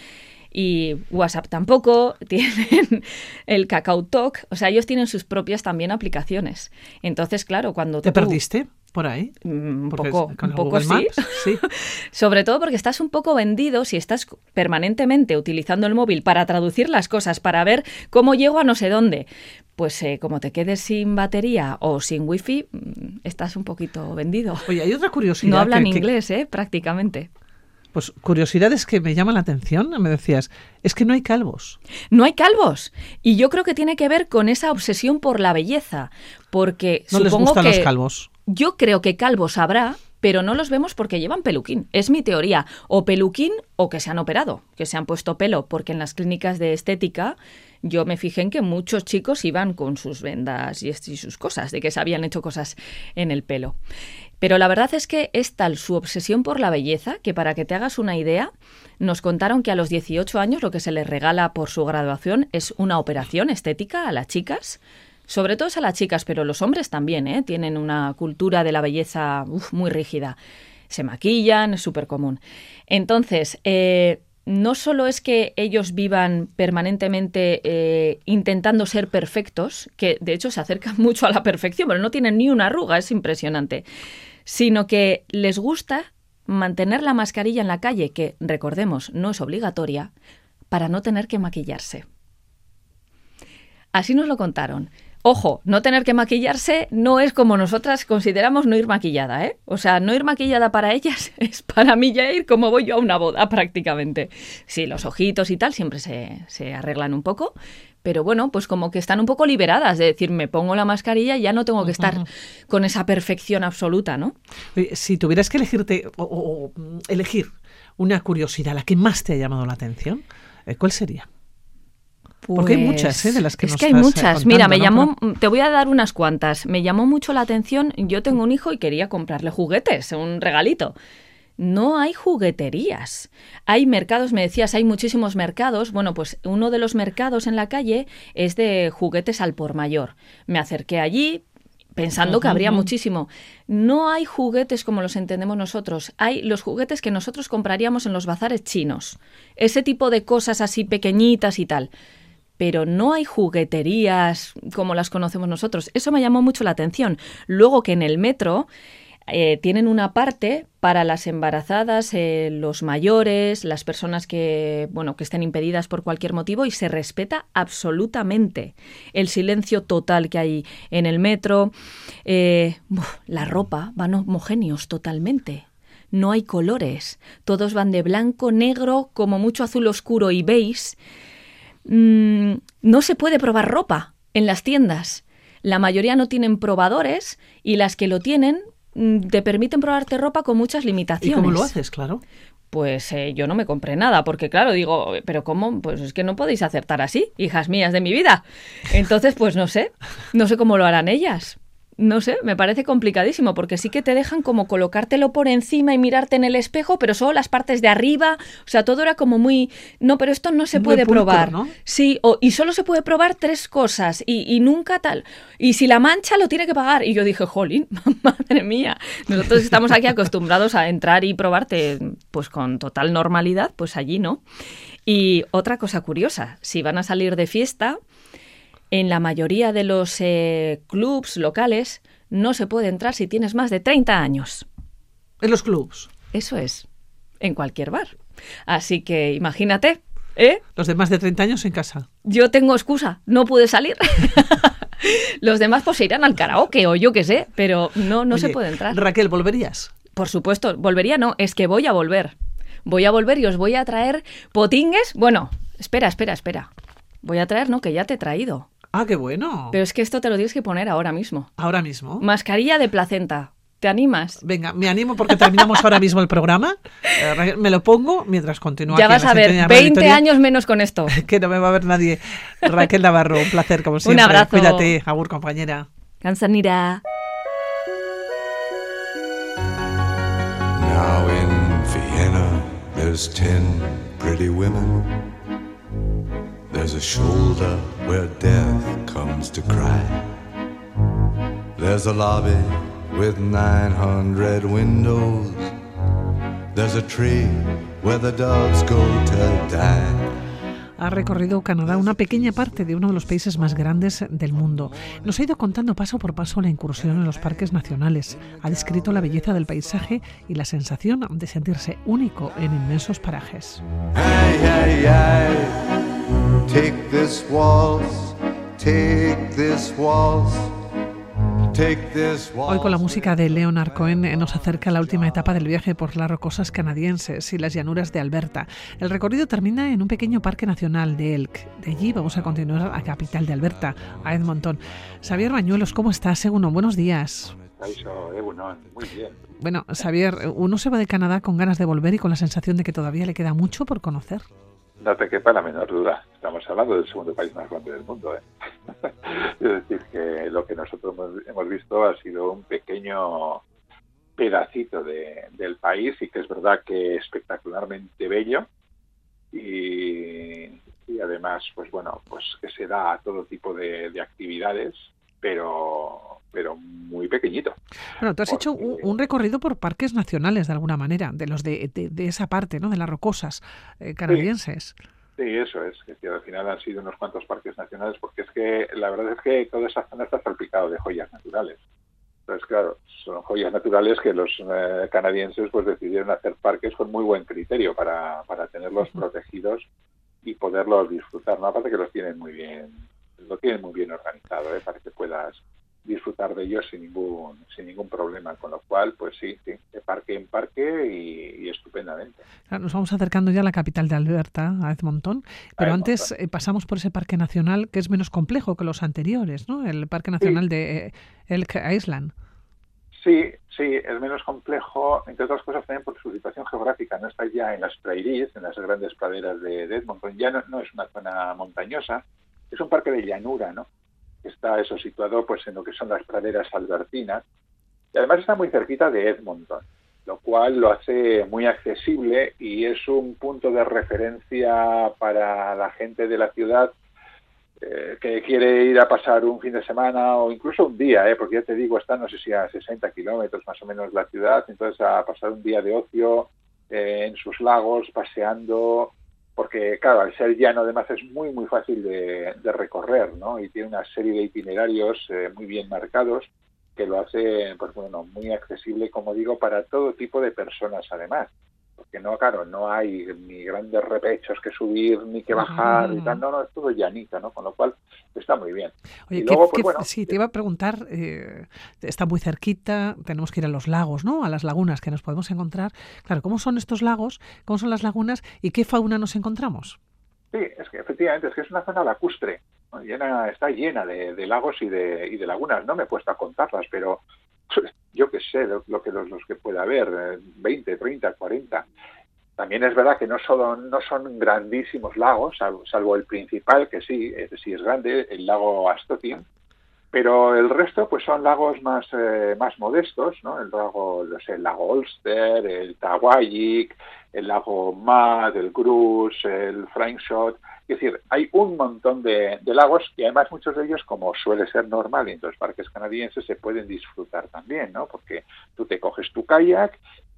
Speaker 4: y WhatsApp tampoco, tienen el KakaoTalk, o sea, ellos tienen sus propias también aplicaciones. Entonces, claro, cuando
Speaker 1: ¿Te perdiste por ahí?
Speaker 4: Un
Speaker 1: Porque
Speaker 4: poco sí.
Speaker 1: Maps, sí.
Speaker 4: Sobre todo porque estás un poco vendido si estás permanentemente utilizando el móvil para traducir las cosas, para ver cómo llego a no sé dónde. Pues como te quedes sin batería o sin wifi, estás un poquito vendido.
Speaker 1: Oye, hay otra curiosidad.
Speaker 4: No hablan inglés, prácticamente.
Speaker 1: Pues curiosidades que me llaman la atención. Me decías, es que no hay calvos.
Speaker 4: No hay calvos. Y yo creo que tiene que ver con esa obsesión por la belleza. Porque
Speaker 1: No les
Speaker 4: supongo
Speaker 1: gustan
Speaker 4: que
Speaker 1: los calvos.
Speaker 4: yo creo que calvos habrá, pero no los vemos porque llevan peluquín. Es mi teoría. O peluquín o que se han operado, que se han puesto pelo. Porque en las clínicas de estética yo me fijé en que muchos chicos iban con sus vendas y sus cosas, de que se habían hecho cosas en el pelo. Pero la verdad es que es tal su obsesión por la belleza que, para que te hagas una idea, nos contaron que a los 18 años lo que se les regala por su graduación es una operación estética a las chicas. Sobre todo es a las chicas, pero los hombres también, ¿eh? Tienen una cultura de la belleza muy rígida. Se maquillan, es súper común. Entonces, no solo es que ellos vivan permanentemente intentando ser perfectos, que de hecho se acercan mucho a la perfección, pero no tienen ni una arruga, es impresionante, sino que les gusta mantener la mascarilla en la calle, que, recordemos, no es obligatoria, para no tener que maquillarse. Así nos lo contaron. Ojo, no tener que maquillarse no es como nosotras consideramos no ir maquillada, ¿eh? O sea, no ir maquillada para ellas es para mí ya ir como voy yo a una boda prácticamente. Sí, los ojitos y tal siempre se arreglan un poco, pero bueno, pues como que están un poco liberadas de decir, me pongo la mascarilla y ya no tengo que estar con esa perfección absoluta, ¿no?
Speaker 1: Si tuvieras que elegirte o elegir una curiosidad, la que más te ha llamado la atención, ¿cuál sería? Porque hay muchas, de las que nos
Speaker 4: Es que hay
Speaker 1: estás
Speaker 4: muchas.
Speaker 1: contando,
Speaker 4: Mira, me
Speaker 1: ¿no?
Speaker 4: llamó, te voy a dar unas cuantas. Me llamó mucho la atención. Yo tengo un hijo y quería comprarle juguetes, un regalito. No hay jugueterías. Hay mercados, me decías, hay muchísimos mercados. Bueno, pues uno de los mercados en la calle es de juguetes al por mayor. Me acerqué allí pensando que habría muchísimo. No hay juguetes como los entendemos nosotros. Hay los juguetes que nosotros compraríamos en los bazares chinos. Ese tipo de cosas así pequeñitas y tal. Pero no hay jugueterías como las conocemos nosotros. Eso me llamó mucho la atención. Luego que en el metro tienen una parte para las embarazadas, los mayores, las personas que estén impedidas por cualquier motivo, y se respeta absolutamente el silencio total que hay en el metro. La ropa van homogéneos totalmente. No hay colores. Todos van de blanco, negro, como mucho azul oscuro y beige. No se puede probar ropa en las tiendas. La mayoría no tienen probadores y las que lo tienen te permiten probarte ropa con muchas limitaciones.
Speaker 1: ¿Y cómo lo haces, claro?
Speaker 4: Pues yo no me compré nada, porque claro, digo, ¿pero cómo? Pues es que no podéis acertar así, hijas mías de mi vida. Entonces, pues no sé cómo lo harán ellas. No sé, me parece complicadísimo, porque sí que te dejan como colocártelo por encima y mirarte en el espejo, pero solo las partes de arriba, o sea, todo era como muy... No, pero esto no se
Speaker 1: muy
Speaker 4: puede
Speaker 1: pulcro,
Speaker 4: probar.
Speaker 1: ¿no?
Speaker 4: Sí, y solo se puede probar 3 cosas, y nunca tal. Y si la mancha, lo tiene que pagar. Y yo dije, jolín, madre mía, nosotros estamos aquí acostumbrados a entrar y probarte pues con total normalidad, pues allí no. Y otra cosa curiosa, si van a salir de fiesta... En la mayoría de los clubs locales no se puede entrar si tienes más de 30 años.
Speaker 1: En los clubs.
Speaker 4: Eso es, en cualquier bar. Así que imagínate, ¿eh?
Speaker 1: Los de más de 30 años en casa.
Speaker 4: Yo tengo excusa, no pude salir. Los demás pues se irán al karaoke o yo qué sé, pero no
Speaker 1: Oye,
Speaker 4: se puede entrar.
Speaker 1: Raquel, ¿volverías?
Speaker 4: Por supuesto, volvería no, es que voy a volver. Voy a volver y os voy a traer potingues. Bueno, espera. Voy a traer, no, que ya te he traído.
Speaker 1: Ah, qué bueno.
Speaker 4: Pero es que esto te lo tienes que poner ahora mismo.
Speaker 1: Ahora mismo.
Speaker 4: Mascarilla de placenta. ¿Te animas?
Speaker 1: Venga, me animo porque terminamos ahora mismo el programa. Me lo pongo mientras continúa.
Speaker 4: Ya
Speaker 1: aquí
Speaker 4: vas
Speaker 1: en la
Speaker 4: a ver,
Speaker 1: Sintonía
Speaker 4: 20
Speaker 1: Radiotoria,
Speaker 4: años menos con esto.
Speaker 1: Que no me va a ver nadie. Raquel Navarro, un placer como siempre.
Speaker 4: Un abrazo.
Speaker 1: Cuídate, agur, compañera.
Speaker 4: Kansanira.
Speaker 5: Now in Vienna, there's 10 pretty women. There's a shoulder where death comes to cry. There's a lobby with 900 windows. There's a tree where the dogs go to die.
Speaker 1: Ha recorrido Canadá, una pequeña parte de uno de los países más grandes del mundo. Nos ha ido contando paso por paso la incursión en los parques nacionales. Ha descrito la belleza del paisaje y la sensación de sentirse único en inmensos parajes.
Speaker 5: Hey, hey, hey, take this waltz, take this waltz.
Speaker 1: Hoy con la música de Leonard Cohen nos acerca a la última etapa del viaje por las rocosas canadienses y las llanuras de Alberta. El recorrido termina en un pequeño parque nacional de Elk. De allí vamos a continuar a la capital de Alberta, a Edmonton. Xavier Bañuelos, ¿cómo estás? Buenos días.
Speaker 6: Muy bien.
Speaker 1: Bueno, Xavier, uno se va de Canadá con ganas de volver y con la sensación de que todavía le queda mucho por conocer.
Speaker 6: No te quepa la menor duda. Estamos hablando del segundo país más grande del mundo. Es decir, que lo que nosotros hemos visto ha sido un pequeño pedacito del país y que es verdad que espectacularmente bello y además, pues que se da a todo tipo de actividades, pero muy pequeñito.
Speaker 1: Bueno, tú has hecho un recorrido por parques nacionales, de alguna manera, de los de esa parte, ¿no? De las rocosas canadienses.
Speaker 6: Sí, eso es. Que al final han sido unos cuantos parques nacionales, porque es que la verdad es que toda esa zona está salpicado de joyas naturales. Entonces, claro, son joyas naturales que los canadienses pues decidieron hacer parques con muy buen criterio para tenerlos protegidos y poderlos disfrutar, ¿no? Aparte que lo tienen muy bien organizado, para que puedas disfrutar de ellos sin ningún problema, con lo cual pues sí, de parque en parque y estupendamente.
Speaker 1: Claro, nos vamos acercando ya a la capital de Alberta, a Edmonton, pero antes pasamos por ese parque nacional que es menos complejo que los anteriores, ¿no? El parque nacional de Elk Island.
Speaker 6: Sí, es menos complejo, entre otras cosas también por su situación geográfica. No está ya en las prairies, en las grandes praderas de Edmonton, ya no es una zona montañosa, es un parque de llanura, ¿no? Está eso situado pues en lo que son las praderas albertinas y además está muy cerquita de Edmonton, lo cual lo hace muy accesible y es un punto de referencia para la gente de la ciudad que quiere ir a pasar un fin de semana o incluso un día, porque ya te digo, está no sé si a 60 kilómetros más o menos la ciudad, entonces a pasar un día de ocio en sus lagos, paseando, porque claro, al ser llano además es muy fácil de recorrer, ¿no? Y tiene una serie de itinerarios muy bien marcados que lo hace muy accesible, como digo, para todo tipo de personas además, porque no hay ni grandes repechos que subir ni que bajar y tal, no, es todo llanito, ¿no? Con lo cual está muy bien.
Speaker 1: Oye, y luego, sí, te iba a preguntar, está muy cerquita, tenemos que ir a los lagos, ¿no? A las lagunas que nos podemos encontrar. Claro, ¿cómo son estos lagos? ¿Cómo son las lagunas? ¿Y qué fauna nos encontramos?
Speaker 6: Sí, es que efectivamente, es una zona lacustre, ¿no? Está llena de lagos y de lagunas. No me he puesto a contarlas, pero yo qué sé, los que pueda haber, 20, 30, 40. También es verdad que no son grandísimos lagos, salvo el principal, que sí es grande, el lago Ashtodin, pero el resto pues son lagos más modestos, ¿no? El lago Ulster, el Tawayik, el lago Mad, el Grush, el Flying Shot. Es decir, hay un montón de lagos y además muchos de ellos, como suele ser normal en los parques canadienses, se pueden disfrutar también, ¿no? Porque tú te coges tu kayak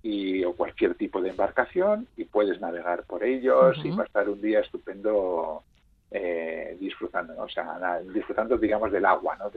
Speaker 6: o cualquier tipo de embarcación y puedes navegar por ellos y pasar un día estupendo disfrutando, ¿no? O sea, disfrutando, digamos, del agua, ¿no?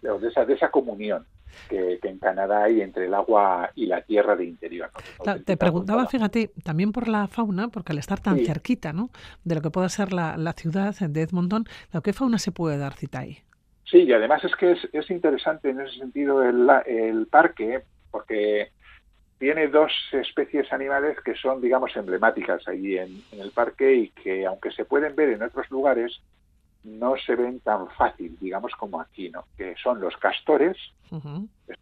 Speaker 6: De esa comunión que en Canadá hay entre el agua y la tierra de interior, ¿no?
Speaker 1: Claro, te preguntaba, fíjate, también por la fauna, porque al estar tan cerquita, ¿no? De lo que pueda ser la ciudad de Edmonton, ¿qué fauna se puede dar cita ahí?
Speaker 6: Sí, y además es que es interesante en ese sentido el parque, porque tiene dos especies animales que son, digamos, emblemáticas allí en el parque y que, aunque se pueden ver en otros lugares, no se ven tan fácil, digamos, como aquí, ¿no? Que son los castores. Es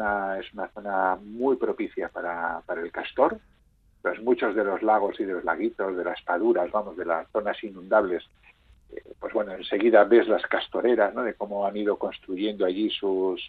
Speaker 6: una zona muy propicia para el castor. Pues muchos de los lagos y de los laguitos, de las paduras, de las zonas inundables, pues bueno, enseguida ves las castoreras, ¿no? De cómo han ido construyendo allí sus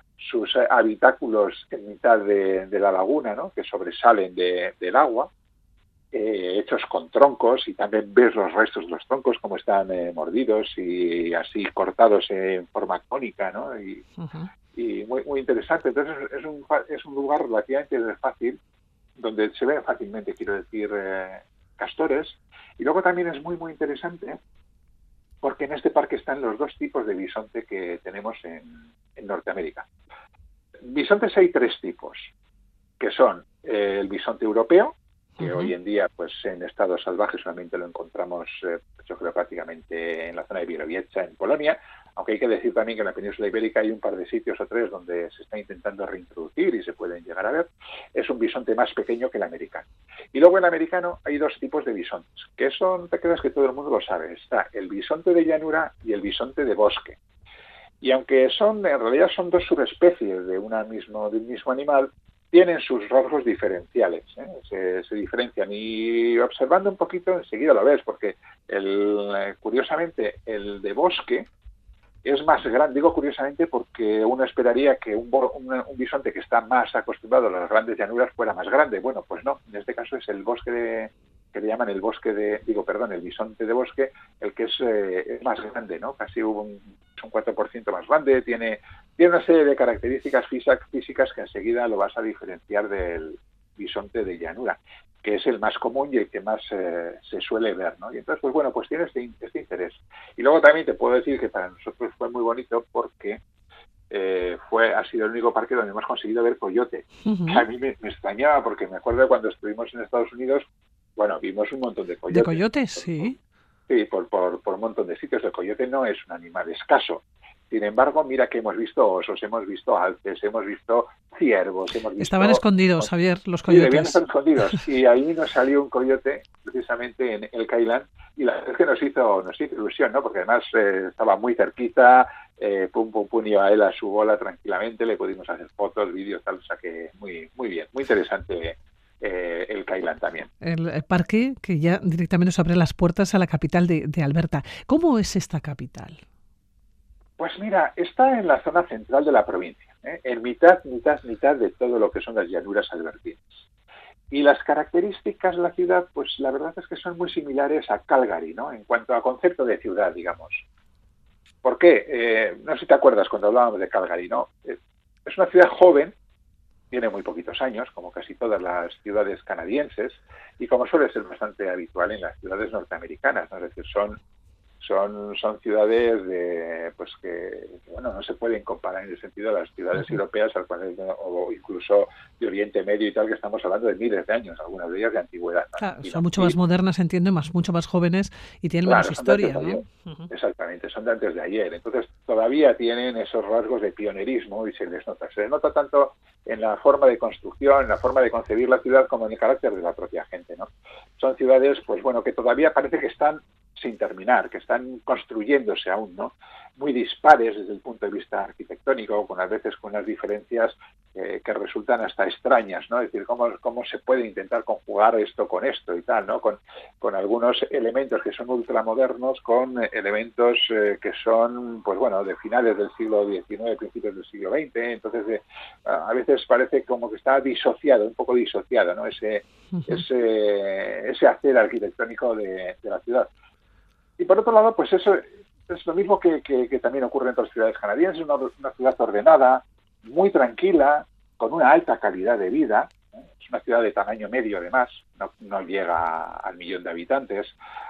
Speaker 6: habitáculos en mitad de la laguna, ¿no? Que sobresalen del agua, hechos con troncos, y también ves los restos de los troncos como están mordidos y así cortados en forma cónica, ¿no? Y muy interesante. Entonces es un lugar relativamente fácil, donde se ven fácilmente, quiero decir, castores. Y luego también es muy interesante porque en este parque están los dos tipos de bisonte que tenemos en Norteamérica. Bisontes hay tres tipos, que son el bisonte europeo, que hoy en día pues en estado salvaje solamente lo encontramos, yo creo, prácticamente en la zona de Bielorriedza, en Polonia. aunque hay que decir también que en la península ibérica hay un par de sitios o tres donde se está intentando reintroducir y se pueden llegar a ver. Es un bisonte más pequeño que el americano. Y luego en el americano hay dos tipos de bisontes, que son, te creas que todo el mundo lo sabe, está el bisonte de llanura y el bisonte de bosque. Y aunque en realidad son dos subespecies de un mismo animal, tienen sus rasgos diferenciales, se diferencian, y observando un poquito enseguida lo ves, porque curiosamente el de bosque es más grande. Digo curiosamente porque uno esperaría que un bisonte que está más acostumbrado a las grandes llanuras fuera más grande. Bueno, pues no, en este caso es el que le llaman el bisonte de bosque, el que es más grande, ¿no? Casi un 4% más grande, tiene una serie de características físicas que enseguida lo vas a diferenciar del bisonte de llanura, que es el más común y el que más se suele ver, ¿no? Y entonces, pues bueno, pues tiene este interés. Y luego también te puedo decir que para nosotros fue muy bonito porque ha sido el único parque donde hemos conseguido ver coyote.
Speaker 1: Uh-huh.
Speaker 6: Que a mí me extrañaba, porque me acuerdo de cuando estuvimos en Estados Unidos, bueno, vimos un montón de coyotes.
Speaker 1: ¿De coyotes? Sí.
Speaker 6: Sí, por un montón de sitios. El coyote no es un animal escaso. Sin embargo, mira que hemos visto osos, hemos visto alces, hemos visto ciervos, hemos visto...
Speaker 1: Estaban escondidos, Javier, los
Speaker 6: Sí, debían
Speaker 1: coyotes.
Speaker 6: estar escondidos. Y ahí nos salió un coyote, precisamente en el Kailan, y la verdad es que nos hizo ilusión, ¿no? Porque además estaba muy cerquita, pum, pum, pum, iba él a su bola tranquilamente, le pudimos hacer fotos, vídeos, tal, o sea que muy, muy bien, muy interesante el Kailan también.
Speaker 1: El parque que ya directamente nos abre las puertas a la capital de Alberta. ¿Cómo es esta capital?
Speaker 6: Pues mira, está en la zona central de la provincia, en mitad de todo lo que son las llanuras albertinas. Y las características de la ciudad, pues la verdad es que son muy similares a Calgary, ¿no? En cuanto a concepto de ciudad, digamos. ¿Por qué? No sé si te acuerdas cuando hablábamos de Calgary, ¿no? Es una ciudad joven, tiene muy poquitos años, como casi todas las ciudades canadienses, y como suele ser bastante habitual en las ciudades norteamericanas, ¿no? Es decir, son ciudades pues que bueno, no se pueden comparar en el sentido de las ciudades europeas o incluso de Oriente Medio y tal, que estamos hablando de miles de años, algunas de ellas de antigüedad, ¿no?
Speaker 1: Claro, son mucho más modernas, entiendo, mucho más jóvenes y tienen
Speaker 6: claro,
Speaker 1: menos historia, ¿no?
Speaker 6: Uh-huh. Exactamente, son de antes de ayer. Entonces todavía tienen esos rasgos de pionerismo y se les nota tanto en la forma de construcción, en la forma de concebir la ciudad, como en el carácter de la propia gente, ¿no? Son ciudades, pues bueno, que todavía parece que están sin terminar, que están construyéndose aún, ¿no? Muy dispares desde el punto de vista arquitectónico, a veces con unas diferencias que resultan hasta extrañas, ¿no? Es decir, cómo se puede intentar conjugar esto con esto y tal, ¿no? Con algunos elementos que son ultramodernos, con elementos que son, pues bueno, de finales del siglo XIX, principios del siglo XX, entonces a veces parece como que está un poco disociado, ¿no? Ese hacer arquitectónico de la ciudad. Y por otro lado, pues eso es lo mismo que también ocurre en otras ciudades canadienses, una ciudad ordenada, muy tranquila, con una alta calidad de vida. Es una ciudad de tamaño medio, además, no llega al 1.000.000 de habitantes.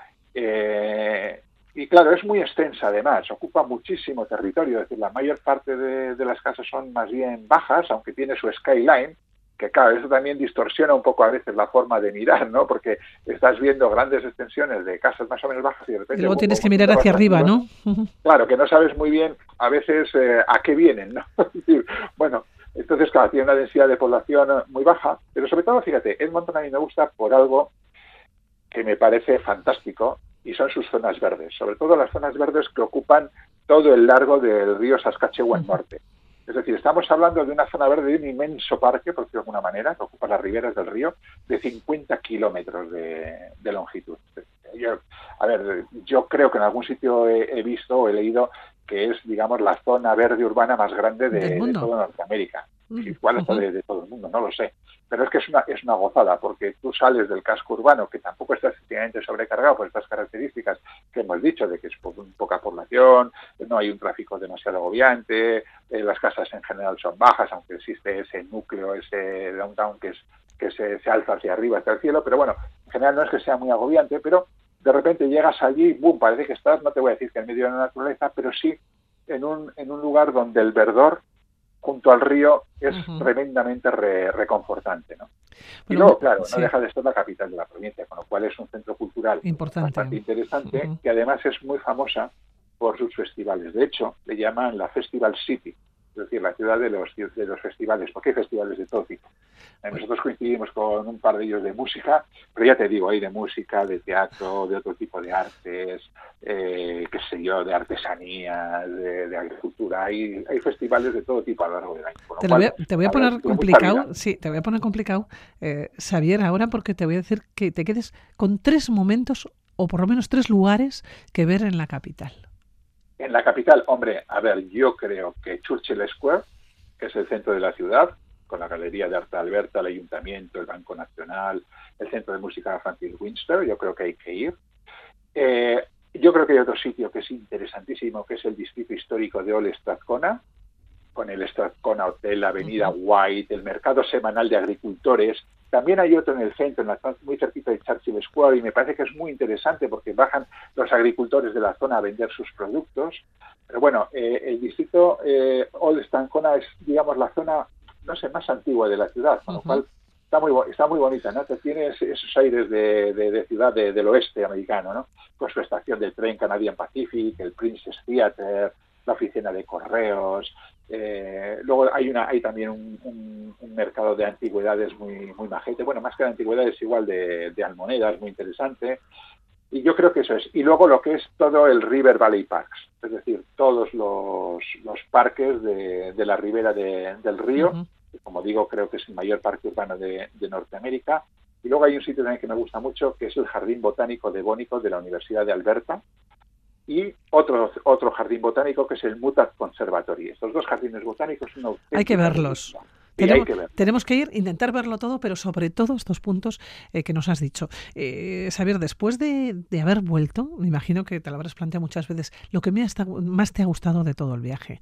Speaker 6: Y claro, es muy extensa, además, ocupa muchísimo territorio, es decir, la mayor parte de las casas son más bien bajas, aunque tiene su skyline, que claro, eso también distorsiona un poco a veces la forma de mirar, ¿no? Porque estás viendo grandes extensiones de casas más o menos bajas y de repente...
Speaker 1: Y luego tienes que mirar hacia arriba, ¿no?
Speaker 6: Claro, que no sabes muy bien a veces a qué vienen, ¿no? Bueno, entonces claro, tiene una densidad de población muy baja, pero sobre todo, fíjate, Edmonton a mí me gusta por algo que me parece fantástico, y son sus zonas verdes, sobre todo las zonas verdes que ocupan todo el largo del río Saskatchewan Norte. Es decir, estamos hablando de una zona verde de un inmenso parque, por decirlo de alguna manera, que ocupa las riberas del río, de 50 kilómetros de longitud. Yo creo que en algún sitio he visto o he leído que es, digamos, la zona verde urbana más grande de toda Norteamérica. Igual hasta de todo el mundo, no lo sé. Pero es que es una gozada, porque tú sales del casco urbano, que tampoco está efectivamente sobrecargado por estas características que hemos dicho, de que es poca población, no hay un tráfico demasiado agobiante, las casas en general son bajas, aunque existe ese núcleo, ese downtown que se alza hacia arriba, hasta el cielo, pero bueno, en general no es que sea muy agobiante, pero de repente llegas allí y ¡bum!, parece que estás, no te voy a decir que en medio de la naturaleza, pero sí en un lugar donde el verdor junto al río es tremendamente reconfortante, ¿no? Bueno, y luego, claro, no deja de ser la capital de la provincia, con lo cual es un centro cultural bastante interesante, que además es muy famosa por sus festivales. De hecho, le llaman la Festival City, es decir, la ciudad de los festivales, porque hay festivales de todo tipo. Nosotros coincidimos con un par de ellos de música, pero ya te digo, hay de música, de teatro, de otro tipo de artes, qué sé yo, de artesanías, de agricultura. Hay festivales de todo tipo a lo largo del año.
Speaker 1: Te voy a poner complicado, sí, te voy a poner complicado, Xavier, ahora, porque te voy a decir que te quedes con 3 momentos, o por lo menos 3 lugares que ver en la capital.
Speaker 6: En la capital, hombre, a ver, yo creo que Churchill Square, que es el centro de la ciudad, con la Galería de Arte de Alberta, el Ayuntamiento, el Banco Nacional, el Centro de Música Francis Winster, yo creo que hay que ir. Yo creo que hay otro sitio que es interesantísimo, que es el Distrito Histórico de Old Strathcona, con el Strathcona Hotel, la Avenida White, el Mercado Semanal de Agricultores. También hay otro en el centro, muy cerquita de Churchill Square, y me parece que es muy interesante porque bajan los agricultores de la zona a vender sus productos. Pero bueno, el distrito Old Strathcona es, digamos, la zona, no sé, más antigua de la ciudad, con lo cual está muy bonita, ¿no? Te tiene esos aires de ciudad del oeste americano, ¿no? Con su estación de tren Canadian Pacific, el Princess Theatre, la oficina de correos. Luego hay también un mercado de antigüedades muy majete, bueno, más que de antigüedades, igual de almonedas, muy interesante. Y yo creo que eso es. Y luego lo que es todo el River Valley Parks, es decir, todos los parques de la ribera del río, que, como digo, creo que es el mayor parque urbano de Norteamérica. Y luego hay un sitio también que me gusta mucho, que es el Jardín Botánico de Bónicos de la Universidad de Alberta, y otro jardín botánico que es el Mutat Conservatory. Estos 2 jardines botánicos son
Speaker 1: hay que verlos. Tenemos que ir, intentar verlo todo, pero sobre todo estos puntos que nos has dicho. Xavier, después de haber vuelto, me imagino que te lo habrás planteado muchas veces, lo que más te ha gustado de todo el viaje.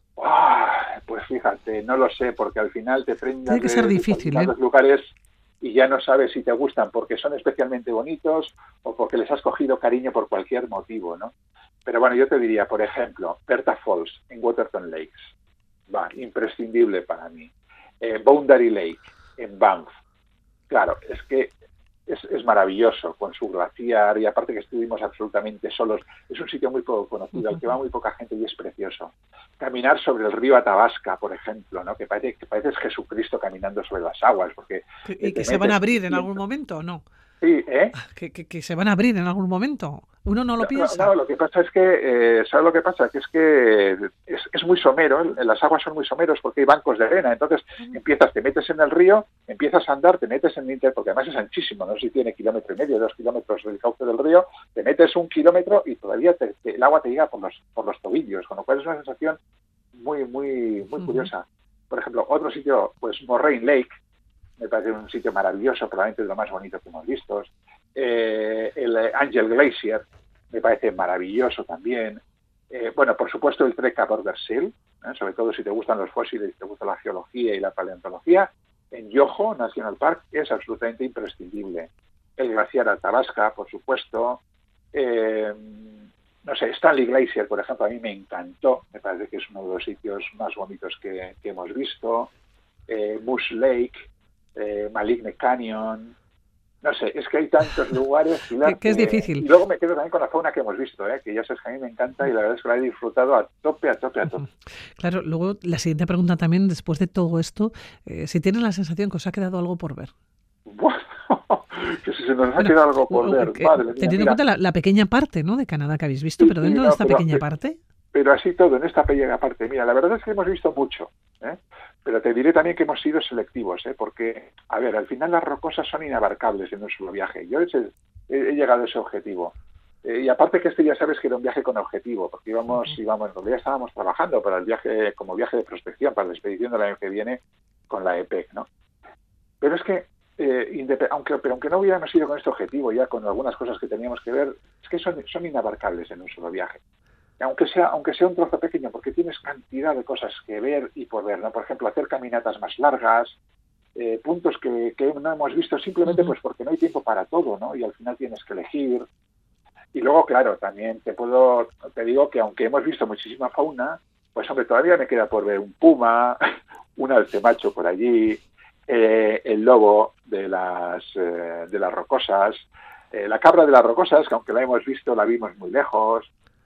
Speaker 6: Pues fíjate, no lo sé, porque al final te prendas
Speaker 1: tiene que ser difícil,
Speaker 6: de los lugares y ya no sabes si te gustan porque son especialmente bonitos o porque les has cogido cariño por cualquier motivo, ¿no? Pero bueno, yo te diría, por ejemplo, Bertha Falls en Waterton Lakes, imprescindible para mí. Boundary Lake en Banff, claro, es que es maravilloso con su glaciar y aparte que estuvimos absolutamente solos. Es un sitio muy poco conocido, al que va muy poca gente y es precioso. Caminar sobre el río Athabasca, por ejemplo, ¿no? que parece Jesucristo caminando sobre las aguas.
Speaker 1: ¿Y que se van a abrir en algún momento o no?
Speaker 6: Sí,
Speaker 1: que se van a abrir en algún momento. Uno no lo piensa.
Speaker 6: No, lo que pasa es que, ¿sabes lo que pasa? Que es que es muy somero, las aguas son muy someros porque hay bancos de arena. Entonces te metes en el río, empiezas a andar, te metes en el interior, porque además es anchísimo, no sé si tiene 1,5 kilómetros, 2 kilómetros el cauce del río, te metes 1 kilómetro y todavía el agua te llega por los tobillos, con lo cual es una sensación muy curiosa. Por ejemplo, otro sitio, pues Moraine Lake, me parece un sitio maravilloso, probablemente de lo más bonito que hemos visto. El Angel Glacier me parece maravilloso también. Bueno, por supuesto el trek a Border Seal, sobre todo si te gustan los fósiles, si te gusta la geología y la paleontología. En Yoho National Park es absolutamente imprescindible. El glaciar Athabasca, por supuesto. No sé, Stanley Glacier, por ejemplo, a mí me encantó. Me parece que es uno de los sitios más bonitos que hemos visto. Moose Lake, Maligne Canyon. No sé, es que hay tantos lugares
Speaker 1: que es difícil.
Speaker 6: Y luego me quedo también con la fauna que hemos visto, que ya sabes que a mí me encanta y la verdad es que la he disfrutado a tope.
Speaker 1: Claro, luego la siguiente pregunta también, después de todo esto, si tienes la sensación que os ha quedado algo por ver.
Speaker 6: Bueno, que si se nos ha quedado algo por ver, madre mía.
Speaker 1: Teniendo en cuenta la pequeña parte, ¿no?, de Canadá que habéis visto, pero dentro de esta pequeña parte...
Speaker 6: Pero así todo, en esta pequeña parte, mira, la verdad es que hemos visto mucho, pero te diré también que hemos sido selectivos, porque, a ver, al final las rocosas son inabarcables en nuestro viaje. Yo he llegado a ese objetivo. Y aparte que ya sabes que era un viaje con objetivo, porque íbamos, en realidad estábamos trabajando para el viaje, como viaje de prospección, para la expedición del año que viene con la EPEC, ¿no? Pero es que, aunque no hubiéramos ido con este objetivo, ya con algunas cosas que teníamos que ver, es que son inabarcables en un solo viaje. Aunque sea un trozo pequeño, porque tienes cantidad de cosas que ver y por ver, ¿no? Por ejemplo, hacer caminatas más largas, puntos que no hemos visto simplemente pues porque no hay tiempo para todo, ¿no? Y al final tienes que elegir. Y luego, claro, también te digo que aunque hemos visto muchísima fauna, pues hombre, todavía me queda por ver un puma, un alce macho por allí, el lobo de las rocosas, la cabra de las rocosas, que aunque la hemos visto, la vimos muy lejos.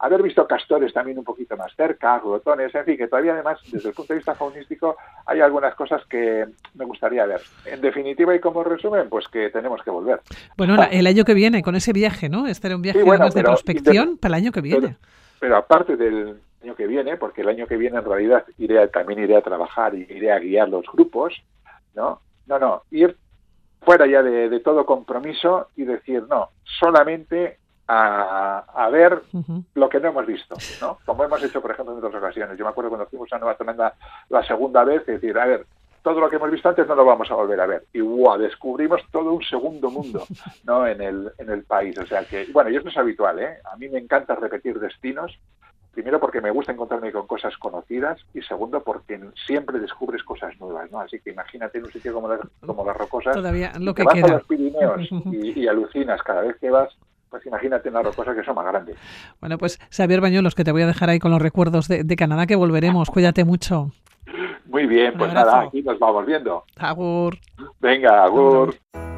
Speaker 6: haber visto castores también un poquito más cerca, glotones, en fin, que todavía además desde el punto de vista faunístico hay algunas cosas que me gustaría ver. En definitiva y como resumen, pues que tenemos que volver.
Speaker 1: Bueno, el año que viene, con ese viaje, ¿no? Este era un viaje además de prospección para el año que viene.
Speaker 6: Pero aparte del año que viene, porque el año que viene en realidad también iré a trabajar y iré a guiar los grupos, ¿no? Ir fuera ya de todo compromiso y decir, no, solamente a ver lo que no hemos visto, ¿no? Como hemos hecho, por ejemplo, en otras ocasiones. Yo me acuerdo cuando fuimos a Nueva Zelanda la segunda vez, es decir, a ver, todo lo que hemos visto antes no lo vamos a volver a ver. Y descubrimos todo un segundo mundo, ¿no? en el país. O sea que, bueno, y esto es habitual, ¿eh? A mí me encanta repetir destinos. Primero porque me gusta encontrarme con cosas conocidas y segundo porque siempre descubres cosas nuevas, ¿no? Así que imagínate en un sitio como las Rocosas,
Speaker 1: todavía lo que
Speaker 6: vas
Speaker 1: queda.
Speaker 6: a los Pirineos y alucinas cada vez que vas, pues imagínate en las Rocosas que son más grandes.
Speaker 1: Bueno, pues Xavier Bañuelos, que te voy a dejar ahí con los recuerdos de Canadá, que volveremos. Cuídate mucho.
Speaker 6: Muy bien, pues nada, aquí nos vamos viendo.
Speaker 1: Agur.
Speaker 6: Venga, agur.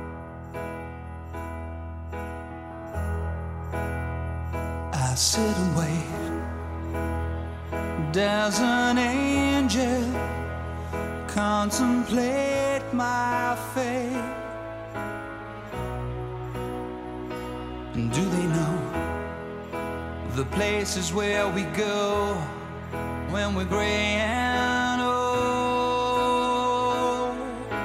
Speaker 7: I sit and wait. Does an angel contemplate my fate? And do they know the places where we go when we're gray and old?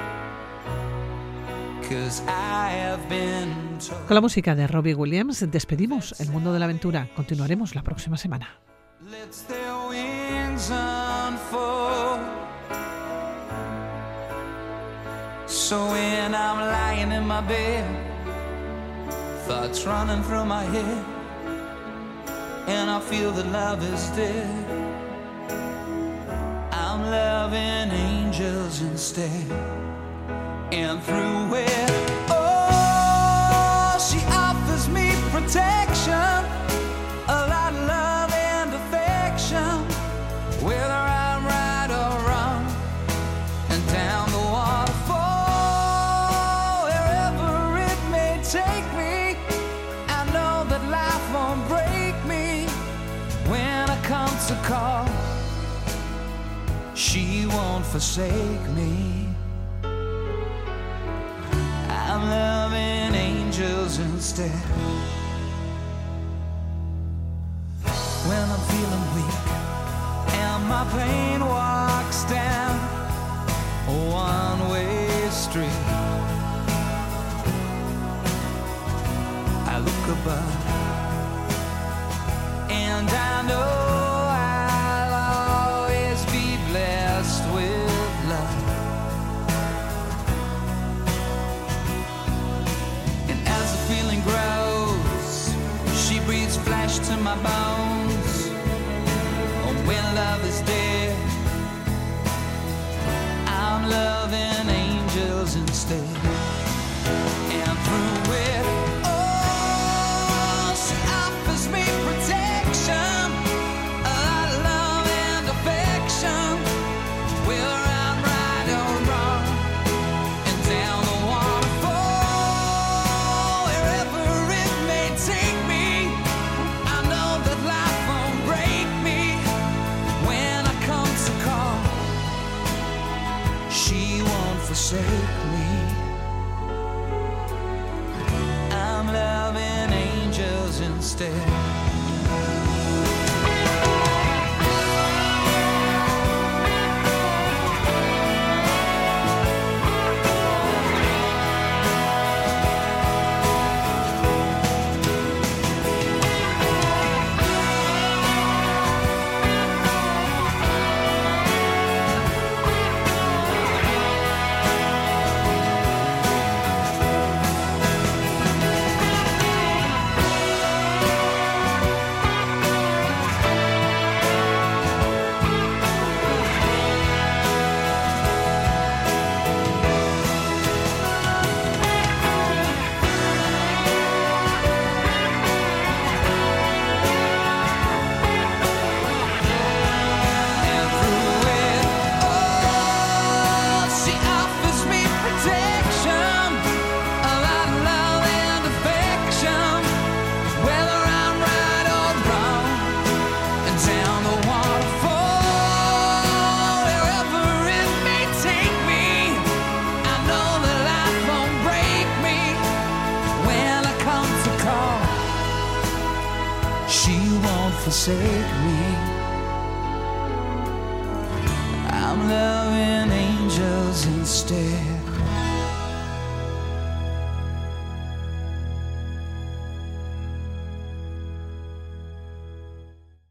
Speaker 7: 'Cause I have been told.
Speaker 1: Con la música de Robbie Williams despedimos el mundo de la aventura. Continuaremos la próxima semana.
Speaker 7: Let their wings unfold. So when I'm lying in my bed, thoughts running through my head, and I feel that love is dead, I'm loving angels instead. And through it, oh, she offers me protection, a lot of love and affection, whether I'm right or wrong, and down the waterfall, wherever it may take me, I know that life won't break me. When I come to call, she won't forsake me. I'm loving angels instead. When I'm feeling weak and my pain walks down a one-way street, I look above and I know I'll always be blessed with love. And as the feeling grows, she breathes flesh to my bones. Oh, when love is dead, I'm loving angels instead. And through it, oh, she offers me protection, a lot of love and affection, whether I'm right or wrong, and down the waterfall, wherever it may take me, I know that life won't break me. When I come to call, she won't forsake me. I'm loving angels instead. forsake me. I'm loving angels instead.